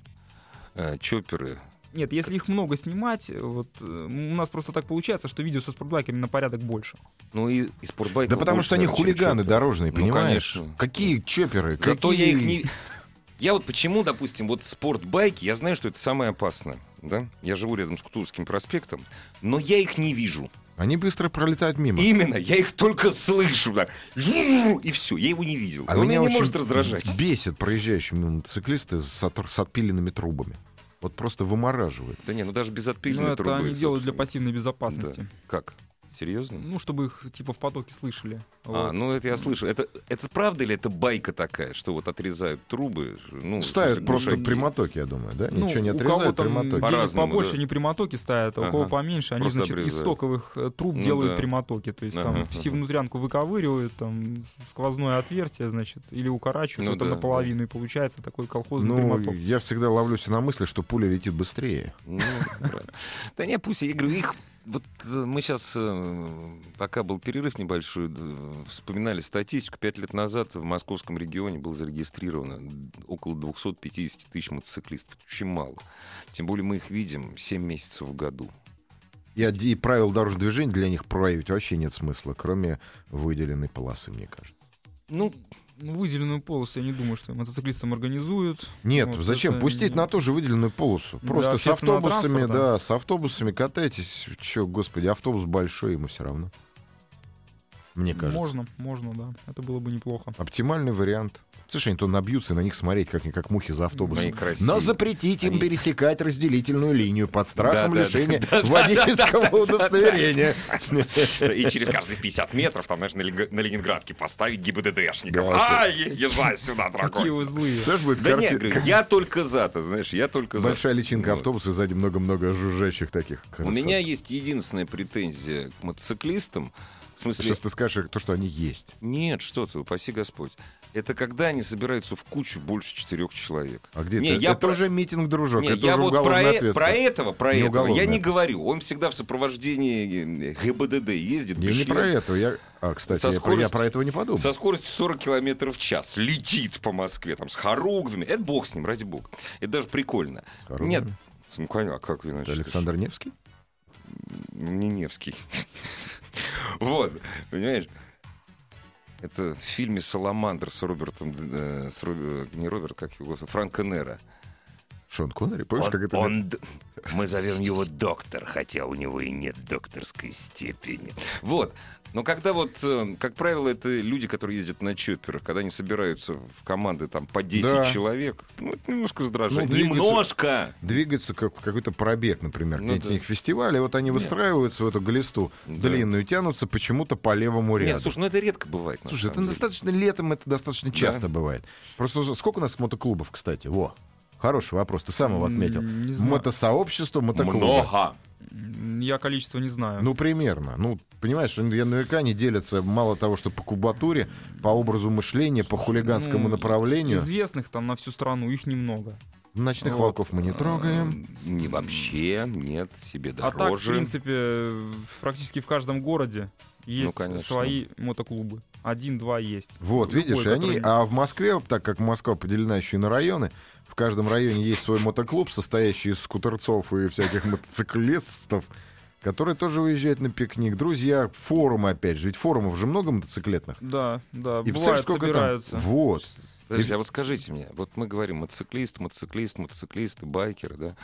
B: э, чопперы.
D: Нет, если их много снимать, вот э, у нас просто так получается, что видео со спортбайками на порядок больше.
B: Ну и, и спортбайков
C: Да потому
B: больше,
C: что они
B: наверное, чем
C: хулиганы
B: чопперы.
C: дорожные,
B: Ну,
C: понимаешь?
B: конечно.
C: Какие чоперы?
B: Зато
C: какие-
B: я их не... Я вот почему, допустим, вот спортбайки, я знаю, что это самое опасное, да? Я живу рядом с Кутузовским проспектом, но я их не вижу.
C: Они быстро пролетают мимо.
B: Именно, я их только слышу. Да. И все, я его не видел.
C: А
B: Он меня не
C: очень
B: может раздражать.
C: бесит проезжающие мимо мотоциклисты с, от- с отпиленными трубами. Вот просто вымораживает.
B: Да не, ну даже без
D: Ну,
B: отпиленной
D: это
B: трубы.
D: они делают для
B: собственно.
D: пассивной безопасности.
B: Как? Серьезно?
D: Ну, чтобы их типа в потоке слышали.
B: А,
D: Вот.
B: ну это я слышу. Это, это правда или это байка такая, что вот отрезают трубы? Ну,
C: Ставят
B: в
C: просто
B: смысле,
C: прямотоки, я думаю, да?
D: Ну,
C: Ничего не
D: у кого
C: отрезают,
D: там
C: прямотоки.
D: денег
B: По-разному,
D: побольше,
B: да.
D: не прямотоки ставят, а у кого
B: Ага.
D: поменьше, они,
B: Просто
D: значит, из
B: обрезают.
D: стоковых э, труб
B: Ну
D: делают
B: да.
D: прямотоки. То есть
B: Ага,
D: там
B: ага.
D: все внутрянку выковыривают, там сквозное отверстие, значит, или укорачивают
B: Ну
D: это
B: да,
D: наполовину, и получается такой колхозный
C: Ну,
D: прямоток.
C: я всегда ловлюсь на мысли, что пуля летит быстрее.
B: Ну, правильно. Да не, пусть, я говорю, их... Вот э, мы сейчас, пока был перерыв небольшой, э, вспоминали статистику. Пять лет назад в московском регионе было зарегистрировано около двести пятьдесят тысяч мотоциклистов. Очень мало. Тем более мы их видим семь месяцев в году.
C: И, од- и правил дорожного движения для них проявить вообще нет смысла, кроме выделенной полосы, мне кажется.
B: Ну,
D: Ну, выделенную полосу я не думаю, что мотоциклистам организуют.
C: Нет,
D: Вот
C: зачем?
D: это
C: Пустить
D: не-
C: на ту же выделенную полосу.
D: Для
C: Просто с
D: общественного
C: автобусами,
D: транспорта?
C: да, с автобусами катайтесь. Че, господи, автобус большой, ему все равно. Мне кажется.
D: Можно, можно, да. Это было бы неплохо.
C: Оптимальный вариант. Слушай, они то набьются и на них смотреть, как, как мухи за
B: они
C: автобусом.
B: красивые.
C: Но запретить им
B: Они-
C: пересекать разделительную линию под страхом
B: Да, да,
C: лишения
B: да, да,
C: водительского удостоверения.
B: И через каждые пятьдесят метров, там, знаешь, на Ленингра- на Ленинградке поставить ГИБДДшников.
C: Да,
B: Ай, езжай сюда,
D: Какие
B: дорогой.
D: вы злые.
C: Знаешь, будет
B: Да нет,
C: карти-
B: говорю, я только за, ты знаешь, я только за.
C: Большая личинка
B: Вот.
C: автобуса, сзади много-много жужжащих таких.
B: У
C: красот.
B: меня есть единственная претензия к мотоциклистам. В смысле,
C: Сейчас ты скажешь то, что они есть.
B: нет, что ты, упаси Господь. Это когда они собираются в кучу больше четырех человек.
C: А где
B: Не,
C: это?
B: я
C: это
B: про-
C: уже митинг, дружок.
B: Не,
C: это
B: я
C: уже
B: вот про,
C: уголовная
B: э-
C: ответственность.
B: про этого, про
C: Не
B: этого я
C: уголовная.
B: не говорю. Он всегда в сопровождении э, ГИБДД ездит.
C: Я
B: без
C: не
B: шлема,
C: про это. Я... А, кстати,
B: Со
C: я, про, я
B: скоростью-
C: про этого не подумал.
B: Со скоростью сорок километров в час. Летит по Москве, там, с хоругвями. Это бог с ним, ради бога. Это даже прикольно.
C: Хоругвями?
B: Нет. Ну, коня, а как иначе?
C: Это Александр Невский?
B: Не Невский. Вот, понимаешь? Это в фильме «Саламандр» с Робертом... Э, с Роб... Не Роберт, как его... Франко Нера.
C: Шон Коннери, помнишь,
B: Он,
C: как это...
B: он, мы зовем его доктор, хотя у него и нет докторской степени. Вот. Но когда вот, как правило, это люди, которые ездят на чопперах, когда они собираются в команды там по десять
C: Да.
B: человек, ну, это немножко раздражает.
C: Ну, двигаться-
B: немножко!
C: Двигаться как какой-то пробег, например,
B: Ну
C: где-нибудь
B: да.
C: у них фестиваль, и вот они выстраиваются в эту глисту
B: Да.
C: длинную, тянутся почему-то по левому ряду.
B: Нет, слушай, ну это редко бывает. на
C: Слушай, это
B: самом деле.
C: достаточно летом, это достаточно часто
B: Да.
C: бывает. Просто уже сколько у нас мотоклубов, кстати? Во, хороший вопрос, ты сам его отметил.
D: М, не знаю.
C: Мотосообщество, мотоклубы.
B: Много.
D: М, Я количество не знаю.
C: Ну, примерно. Ну, понимаешь, они наверняка не делятся мало того, что по кубатуре, по образу мышления, по хулиганскому
D: Ну,
C: направлению.
D: Известных там на всю страну их немного.
C: Ночных
D: Вот.
C: волков мы не трогаем.
B: Не вообще, нет, себе
D: А
B: дороже.
D: так, в принципе, практически в каждом городе есть
B: конечно.
D: свои мотоклубы. Один-два есть.
C: Вот,
D: Любой,
C: видишь, и они,
D: который-
C: а в Москве, так как Москва поделена еще и на районы, в каждом районе есть свой мотоклуб, состоящий из скутерцов и всяких мотоциклистов, которые тоже выезжают на пикник. Друзья, форумы, опять же, ведь форумов же много мотоциклетных.
D: Да, да,
C: И представляешь,
D: бывает,
C: сколько там?
D: собираются.
C: Вот.
B: Подождите, а вот скажите мне, вот мы говорим мотоциклист, мотоциклист, мотоциклисты, байкеры, да?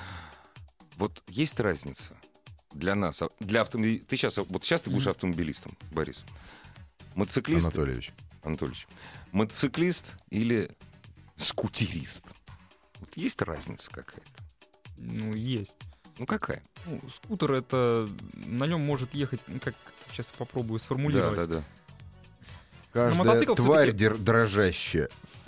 B: Вот есть разница для нас, а- для автомобилистов? Ты сейчас, вот сейчас ты будешь автомобилистом, Борис. Мотоциклист,
C: Анатольевич.
B: Анатольевич, мотоциклист или скутерист? Вот есть разница какая-то?
D: Ну, есть.
B: Ну какая?
D: Ну, скутер это... На нем может ехать... Ну, как сейчас попробую сформулировать.
B: Да, да, да.
C: Каждая
D: мотоцикл
C: тварь
D: всё-таки-
C: дер- дрожащая.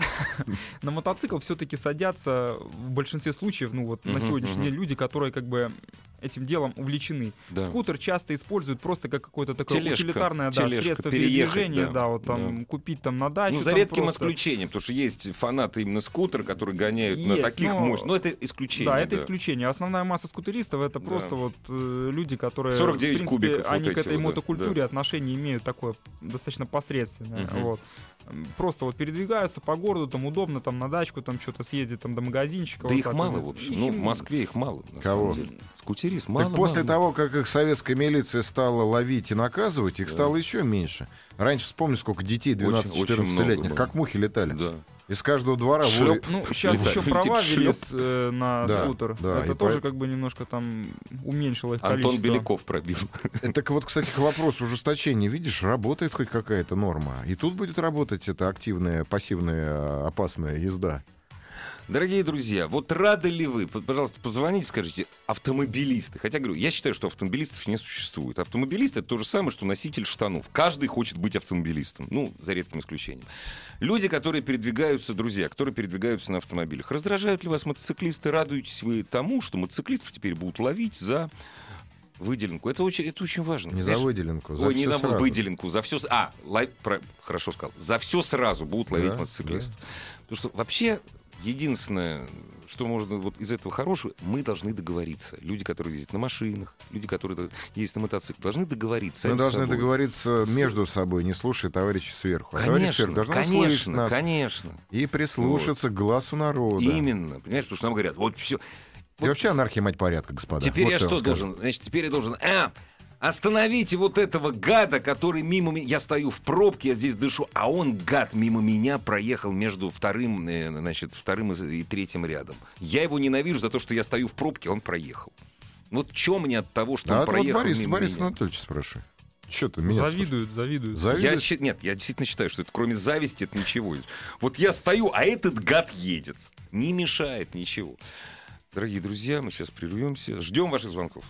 D: На мотоцикл все-таки садятся в большинстве случаев, ну вот на
B: Мгм,
D: сегодняшний
B: мгм.
D: день люди, которые как бы этим делом увлечены.
B: Да.
D: Скутер часто используют просто как какое-то такое
B: Тележка,
D: утилитарное да,
B: тележка,
D: средство
B: переехать,
D: передвижения,
B: да,
D: да, вот там
B: да.
D: купить там на дачу.
B: Ну, за
D: там
B: редким
D: просто.
B: исключением, потому что есть фанаты именно скутера, которые гоняют на
D: Есть,
B: таких
D: но-
B: мощных. Но это исключение.
D: Да, это исключение. Основная масса скутеристов это
B: Да.
D: просто вот э, люди, которые,
B: сорок девять
D: в принципе,
B: кубиков вот
D: они к
B: эти
D: этой
B: вот, да,
D: мотокультуре
B: да.
D: отношение имеют такое достаточно посредственное.
B: Мгм.
D: Вот. М, Просто вот передвигаются по городу, там удобно, там на дачку, там что-то съездить, там до магазинчика.
B: Да
D: вот
B: их
D: так
B: мало,
D: вот.
B: в общем.
D: Их
B: Ну,
D: им-
B: в Москве их мало. На
C: Кого?
B: самом деле. Скутерист мало.
C: Так после
B: мало.
C: того, как их советская милиция стала ловить и наказывать, их
B: Да.
C: стало еще меньше. Раньше вспомню, сколько детей
B: Очень- очень
C: двенадцати-четырнадцатилетних,
B: много
C: как мухи летали.
B: Да.
C: Из каждого двора
B: Шлеп.
C: вой-
D: Ну, сейчас
B: Летать.
D: еще права
B: Типа
D: ввели
B: шлеп.
D: с, э, на
C: Да,
D: скутер.
C: да,
D: Это
C: и
D: тоже
C: по-
D: как бы немножко там уменьшило их
B: Антон
D: количество.
B: Беляков пробил.
C: Так вот, кстати, к вопросу ужесточения. Видишь, работает хоть какая-то норма. И тут будет работать эта активная, пассивная, а, опасная езда.
B: Дорогие друзья, вот рады ли вы, п- пожалуйста, позвоните, скажите, автомобилисты. Хотя, говорю, я считаю, что автомобилистов не существует. Автомобилист — это то же самое, что носитель штанов. Каждый хочет быть автомобилистом. Ну, за редким исключением. Люди, которые передвигаются, друзья, которые передвигаются на автомобилях. Раздражают ли вас мотоциклисты? Радуетесь вы тому, что мотоциклистов теперь будут ловить за выделенку? Это очень, это очень важно.
C: Не за
B: Понимаешь?
C: выделенку, за
B: Ой, не
C: всё
B: на
C: сразу.
B: выделенку, за все... А, лай- про- хорошо сказал. За все сразу будут ловить
C: Да,
B: мотоциклистов. Потому что вообще единственное, что можно вот из этого хорошего, мы должны договориться. Люди, которые ездят на машинах, люди, которые ездят на мотоциклах, должны договориться.
C: Мы
B: сами с
C: должны
B: собой.
C: договориться
B: С-
C: между собой, не слушая товарища сверху. А товарищ
B: Конечно,
C: сверху должен услышать
B: конечно,
C: нас
B: конечно.
C: и прислушаться к глазу народа.
B: Именно. Понимаешь, потому что нам говорят, вот все.
C: И вообще анархия, мать порядка, господа.
B: Теперь
C: Вот
B: я
C: я
B: что
C: вам скажу.
B: должен? Значит, теперь я должен... А, остановите вот этого гада, который мимо меня... Я стою в пробке, я здесь дышу, а он, гад, мимо меня проехал между вторым, э, значит, вторым и и третьим рядом. Я его ненавижу за то, что я стою в пробке, он проехал. Вот что мне от того, что
C: А
B: он
C: вот
B: проехал
C: Борис,
B: мимо
C: Борис
B: меня?
C: Анатольевич спрашивай. Что ты меня
D: Завидуют, завидуют.
C: спрашиваешь?
B: Я,
C: Завидуешь?
B: щи- нет, я действительно считаю, что это кроме зависти, это ничего. Вот я стою, а этот гад едет. Не мешает ничего. Дорогие друзья, мы сейчас прервемся. Ждем ваших звонков.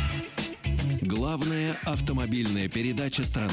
A: Главная автомобильная передача страны.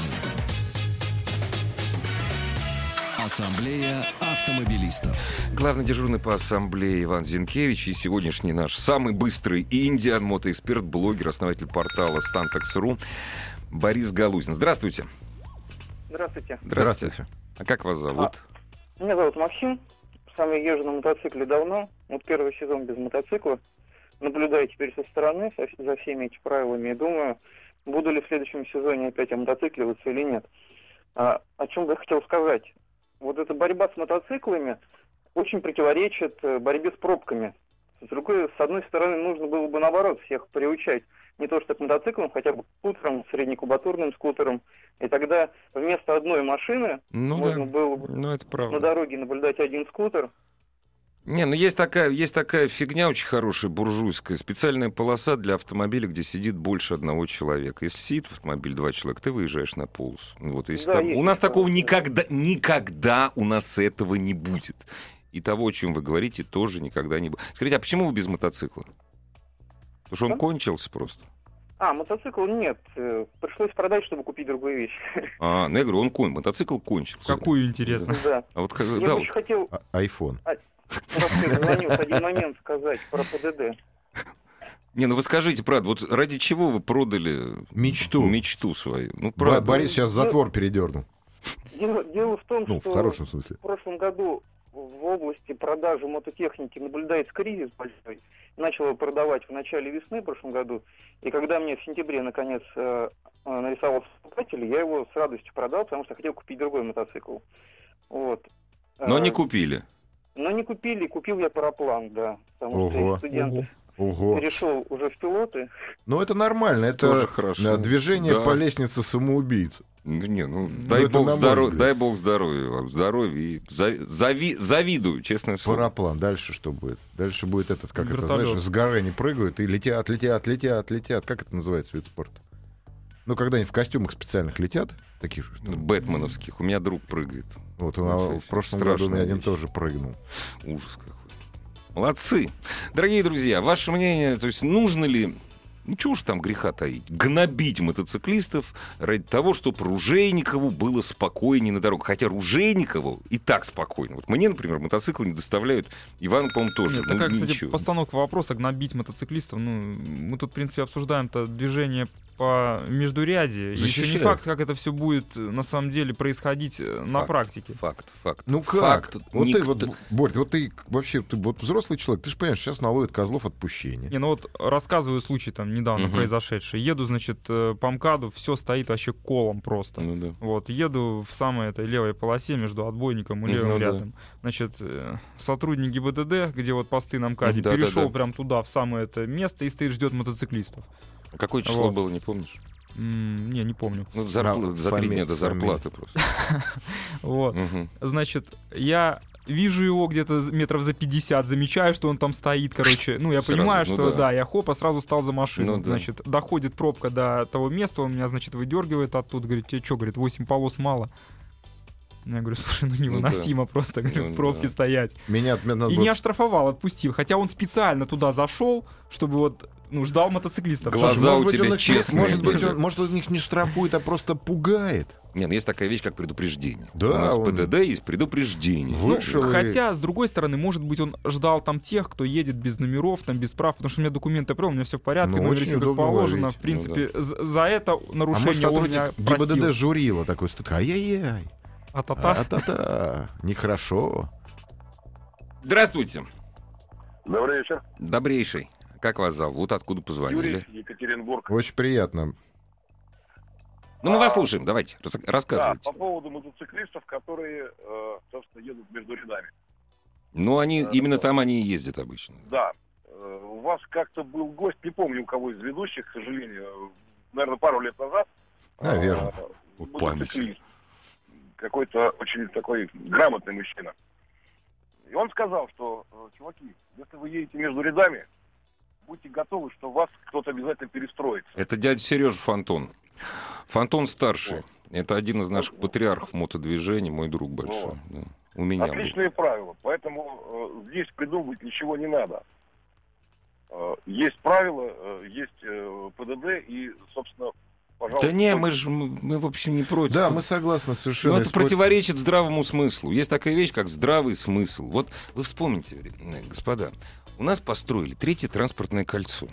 A: Ассамблея автомобилистов.
B: Главный дежурный по ассамблее Иван Зинкевич и сегодняшний наш самый быстрый индиан, мотоэксперт, блогер, основатель портала Станtekс точка ру Борис Галузин. Здравствуйте.
G: Здравствуйте.
C: Здравствуйте.
B: А как вас зовут?
G: Меня зовут Максим. Сам я езжу на мотоцикле давно. Вот первый сезон без мотоцикла. Наблюдаю теперь со стороны со- за всеми этими правилами и думаю, буду ли в следующем сезоне опять мотоцикливаться или нет. А, о чем бы я хотел сказать. Вот эта борьба с мотоциклами очень противоречит э, борьбе с пробками. С другой, с одной стороны, нужно было бы наоборот всех приучать
H: не то что к мотоциклам, хотя бы скутером, среднекубатурным скутером. И тогда вместо одной машины
B: Ну
H: можно
B: да,
H: было бы
B: ну это
H: на
B: правда.
H: дороге наблюдать один скутер.
B: Не, ну есть такая, есть такая фигня очень хорошая, буржуйская. Специальная полоса для автомобиля, где сидит больше одного человека. Если сидит в автомобиле два человека, ты выезжаешь на полосу. Вот, если
H: Да,
B: там...
H: есть
B: У нас
H: такое,
B: такого
H: да.
B: никогда, никогда у нас этого не будет. И того, о чем вы говорите, тоже никогда не будет. Скажите, а почему вы без мотоцикла? Потому что он
H: Да?
B: кончился просто.
H: А, мотоцикл нет. э, Пришлось продать, чтобы купить другую вещь.
B: А, ну я говорю, он кон... мотоцикл кончился.
D: Какую, интересно?
H: Да.
B: А вот как-
H: Я
B: да,
H: бы
B: вот-
H: еще хотел,
C: А- Айфон.
H: раз ты звонил, один момент сказать про ПДД.
B: Не, ну вы скажите, правда, вот ради чего вы продали
C: Мечту.
B: мечту свою? Ну,
C: Б-
B: правда.
C: Борис сейчас затвор передернул.
H: Дело, дело в том,
C: Ну, в
H: что
C: хорошем смысле.
H: в прошлом году в области продажи мототехники наблюдается кризис большой. Начал его продавать в начале весны в прошлом году. И когда мне в сентябре, наконец, э, э, нарисовался покупатель, я его с радостью продал, потому что хотел купить другой мотоцикл. Вот.
B: Но
H: Э,
B: не купили.
H: Но не купили, купил я параплан, да. Потому что
C: Ого.
H: я студент
C: Ого.
H: перешел уже в пилоты.
C: Ну, это нормально.
B: Тоже
C: Это
B: хорошо.
C: э, движение
B: Да.
C: по лестнице самоубийц.
B: Ну, Не, ну,
C: Ну,
B: дай,
C: это
B: бог
C: на мой
B: здоровья,
C: взгляд.
B: дай бог здоровья вам, здоровья и зави- зави- завидую, честное слово.
C: Параплан. Дальше что будет? Дальше будет этот, как это,
D: Вертолет.
C: знаешь, с горы они прыгают и летят, летят, летят, летят. Как это называется вид спорта? Ну, когда они в костюмах специальных летят, такие же.
B: Ну, Бэтменовских. У меня друг прыгает.
C: Вот,
B: Вот
C: а
B: всё,
C: в прошлом
B: страшная
C: году у меня один
B: вещь.
C: тоже прыгнул.
B: Ужас какой. Молодцы. Дорогие друзья, ваше мнение, то есть нужно ли, ну чего уж там греха таить, гнобить мотоциклистов ради того, чтобы Ружейникову было спокойнее на дорогах. Хотя Ружейникову и так спокойно. Вот мне, например, мотоциклы не доставляют, Ивану, по-моему, тоже.
D: Нет,
B: Ну,
D: такая, кстати,
B: ничего.
D: постановка вопроса, гнобить мотоциклистов. Ну, мы тут, в принципе, обсуждаем-то движение по междурядье. И еще не
C: Защищают.
D: факт, как это все будет э, на самом деле происходить э, на
B: Факт.
D: практике.
B: Факт, факт.
C: Ну как?
B: Факт.
C: Вот ты,
B: Никто-
C: вот, Борь, вот ты вообще, ты вот взрослый человек, ты же понимаешь, сейчас наловят козлов отпущения.
D: Не, ну вот рассказываю случай там недавно
B: Мгм.
D: произошедший. Еду, значит, э, по МКАДу, все стоит вообще колом просто.
B: Ну да.
D: Вот, еду в самой этой левой полосе между отбойником и левым
B: Ну да.
D: рядом. Значит, э, сотрудник ГИБДД, где вот посты на МКАДе,
B: Да, да,
D: перешел
B: да.
D: прям туда, в самое это место, и стоит, ждет мотоциклистов.
B: А какое число
D: Вот.
B: было, не помнишь?
D: М, не, не помню.
B: Ну, зарпла-
C: Да,
B: за три
C: фами-
B: дня до
C: фамилия.
B: зарплаты просто.
D: Вот.
B: Мгм.
D: Значит, я вижу его где-то метров за пятьдесят, замечаю, что он там стоит, короче. Ну, я
B: Сразу,
D: понимаю,
B: ну
D: что
B: да.
D: да. я хопа, сразу стал за машину.
B: Ну да.
D: Значит, доходит пробка до того места, он меня, значит, выдергивает оттуда, говорит, тебе что, говорит, восемь полос мало. Я говорю, слушай, ну невыносимо просто, говорю,
B: Ну
D: в пробке
B: да.
D: стоять.
C: Меня, меня надо
D: И
C: было-
D: не оштрафовал, отпустил. Хотя он специально туда зашел, чтобы вот, ну, ждал мотоциклистов.
B: Глаза
C: Слушай, может
B: у
C: быть,
B: тебя
C: он их-
B: честные.
C: Может быть, он, может, он их не штрафует, а просто пугает.
B: Не, ну есть такая вещь, как предупреждение.
C: Да,
B: У нас в
C: он-
B: ПДД есть предупреждение.
C: Вы- Вышел и-
D: Хотя, с другой стороны, может быть, он ждал там тех, кто едет без номеров, там, без прав, потому что у меня документы привел, у меня все в порядке,
C: Ну,
D: номер
C: очень
D: все как
C: удобно
D: положено.
C: ловить.
D: В принципе,
B: Ну
D: за, за это
C: А может,
D: нарушение он меня
C: сотрудник
D: простил.
C: ГИБДД журила такой, стоит, ай-яй-яй,
D: А-та-та.
C: а-та-та, нехорошо.
B: Здравствуйте.
E: Добрый вечер.
B: Добрейший. Как вас зовут? Откуда позвонили?
E: Юрий, Екатеринбург.
C: Очень приятно.
B: Ну, мы вас слушаем. Давайте, рас-
E: Да,
B: рассказывайте.
E: по поводу мотоциклистов, которые, э, собственно, едут между рядами.
B: Ну, они,
E: Да,
B: именно
E: да.
B: там они и ездят обычно.
E: Да, э, у вас как-то был гость, не помню у кого из ведущих, к сожалению, наверное, пару лет назад.
C: Наверное.
E: Э,
B: Вот
E: мотоциклист. Какой-то очень такой грамотный мужчина. И он сказал, что, э, чуваки, если вы едете между рядами, будьте готовы, что вас кто-то обязательно перестроится.
B: Это дядя Сережа Фонтон. Фонтон старший. Это один из наших патриархов мотодвижения, мой друг большой.
E: Вот.
B: Да. У меня был.
E: Отличные правила, поэтому э, здесь придумывать ничего не надо. Э, есть правила, э, есть э, ПДД и, собственно, пожалуйста...
B: Да не, мы же, мы, в общем, не против.
C: Да, мы согласны совершенно.
B: Но это
C: Использ-
B: противоречит здравому смыслу. Есть такая вещь, как здравый смысл. Вот вы вспомните, э, господа, у нас построили третье транспортное кольцо.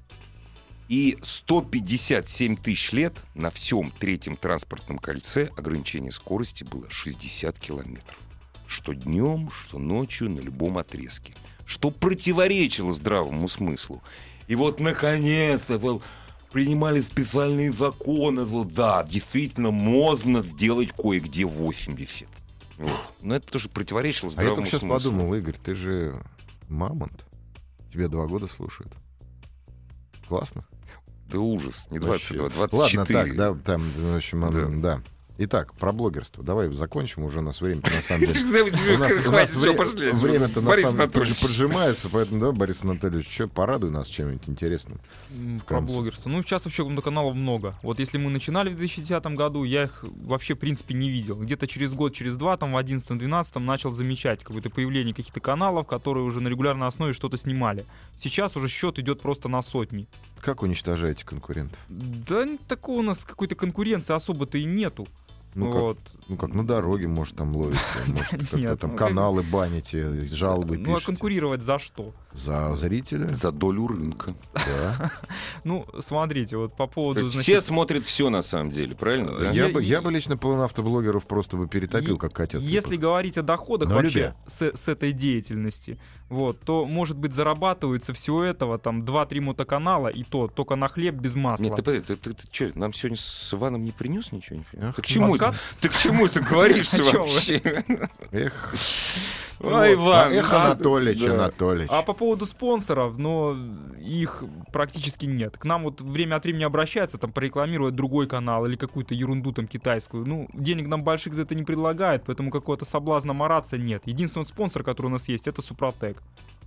B: И сто пятьдесят семь тысяч лет на всем третьем транспортном кольце ограничение скорости было шестьдесят километров. Что днем, что ночью, на любом отрезке. Что противоречило здравому смыслу. И вот, наконец-то, вот, принимали специальные законы. Вот, да, действительно, можно сделать кое-где восемьдесят. Вот. Но это тоже противоречило
C: А я
B: здравому
C: только сейчас
B: смыслу.
C: подумал, Игорь, ты же мамонт. Тебе два года слушают. Классно.
B: Да ужас. Не двадцать два,
C: Вообще.
B: двадцать четыре.
C: Ладно, так, да, там, в общем,
B: Да.
C: да. да. Итак, про блогерство. Давай закончим, уже у нас время-то на самом деле. У нас, у нас
B: Хватит, все,
C: вре-
B: пошли.
C: время-то на
B: Борис
C: самом деле
B: Анатольевич.
C: поджимается, поэтому, да, Борис Анатольевич, что, порадуй нас чем-нибудь интересным.
D: М,
C: В
D: Про
C: конце.
D: блогерство. Ну, сейчас вообще каналов много. Вот если мы начинали в две тысячи десятом году, я их вообще, в принципе, не видел. Где-то через год, через два, там, в одиннадцатом-двенадцатом начал замечать какое-то появление каких-то каналов, которые уже на регулярной основе что-то снимали. Сейчас уже счет идет просто на сотни.
C: Как уничтожаете конкурентов?
D: Да н- такого у нас какой-то конкуренции особо-то и нету.
C: Ну, как,
D: вот.
C: ну как на дороге, может, там ловите, может, как-то
D: Нет,
C: там
D: ну, как-
C: каналы баните, жалобы
D: Ну, а
C: пишете.
D: конкурировать за что?
C: За зрителя?
B: За долю рынка.
C: Да.
D: Ну, смотрите, вот по
B: То
D: поводу...
B: есть
D: значит,
B: все смотрят все на самом деле, правильно? да?
C: Я,
D: Я-
C: бы, я
D: и-
C: бы лично полунавтоблогеров просто бы перетопил,
D: Е-
C: как котят.
D: Если
C: слепых.
D: говорить о доходах
C: На
D: вообще
C: любе.
D: с, с этой деятельности, вот, то, может быть, зарабатывается всего этого там два-три мотоканала, и то только на хлеб без масла.
B: Нет, ты, подожди, ты, ты, ты что, нам сегодня с Иваном не принес ничего? Не принес?
C: Ах
B: Ты к
C: ты,
B: чему
D: подкат?
B: это? Ты к чему это говоришь
D: О чём вы?
B: вообще?
C: Эх,
B: Ой, Иван,
C: эх,
B: надо-
C: Анатолич,
B: да.
C: Анатолич.
D: А по поводу спонсоров, но их практически нет. К нам вот время от времени обращаются, там, порекламировать другой канал или какую-то ерунду там китайскую. Ну, денег нам больших за это не предлагают, поэтому какого-то соблазна мараться нет. Единственный спонсор, который у нас есть, это Супротек.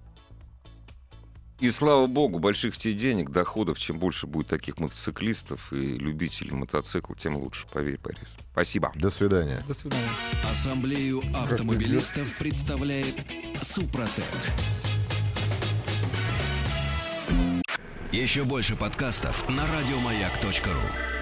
B: И слава богу, больших тебе денег, доходов, чем больше будет таких мотоциклистов и любителей мотоцикла, тем лучше, поверь, Борис. Спасибо.
C: До свидания.
D: До свидания.
A: Ассамблею автомобилистов представляет Супротек. Еще больше подкастов на радиомаяк точка ру.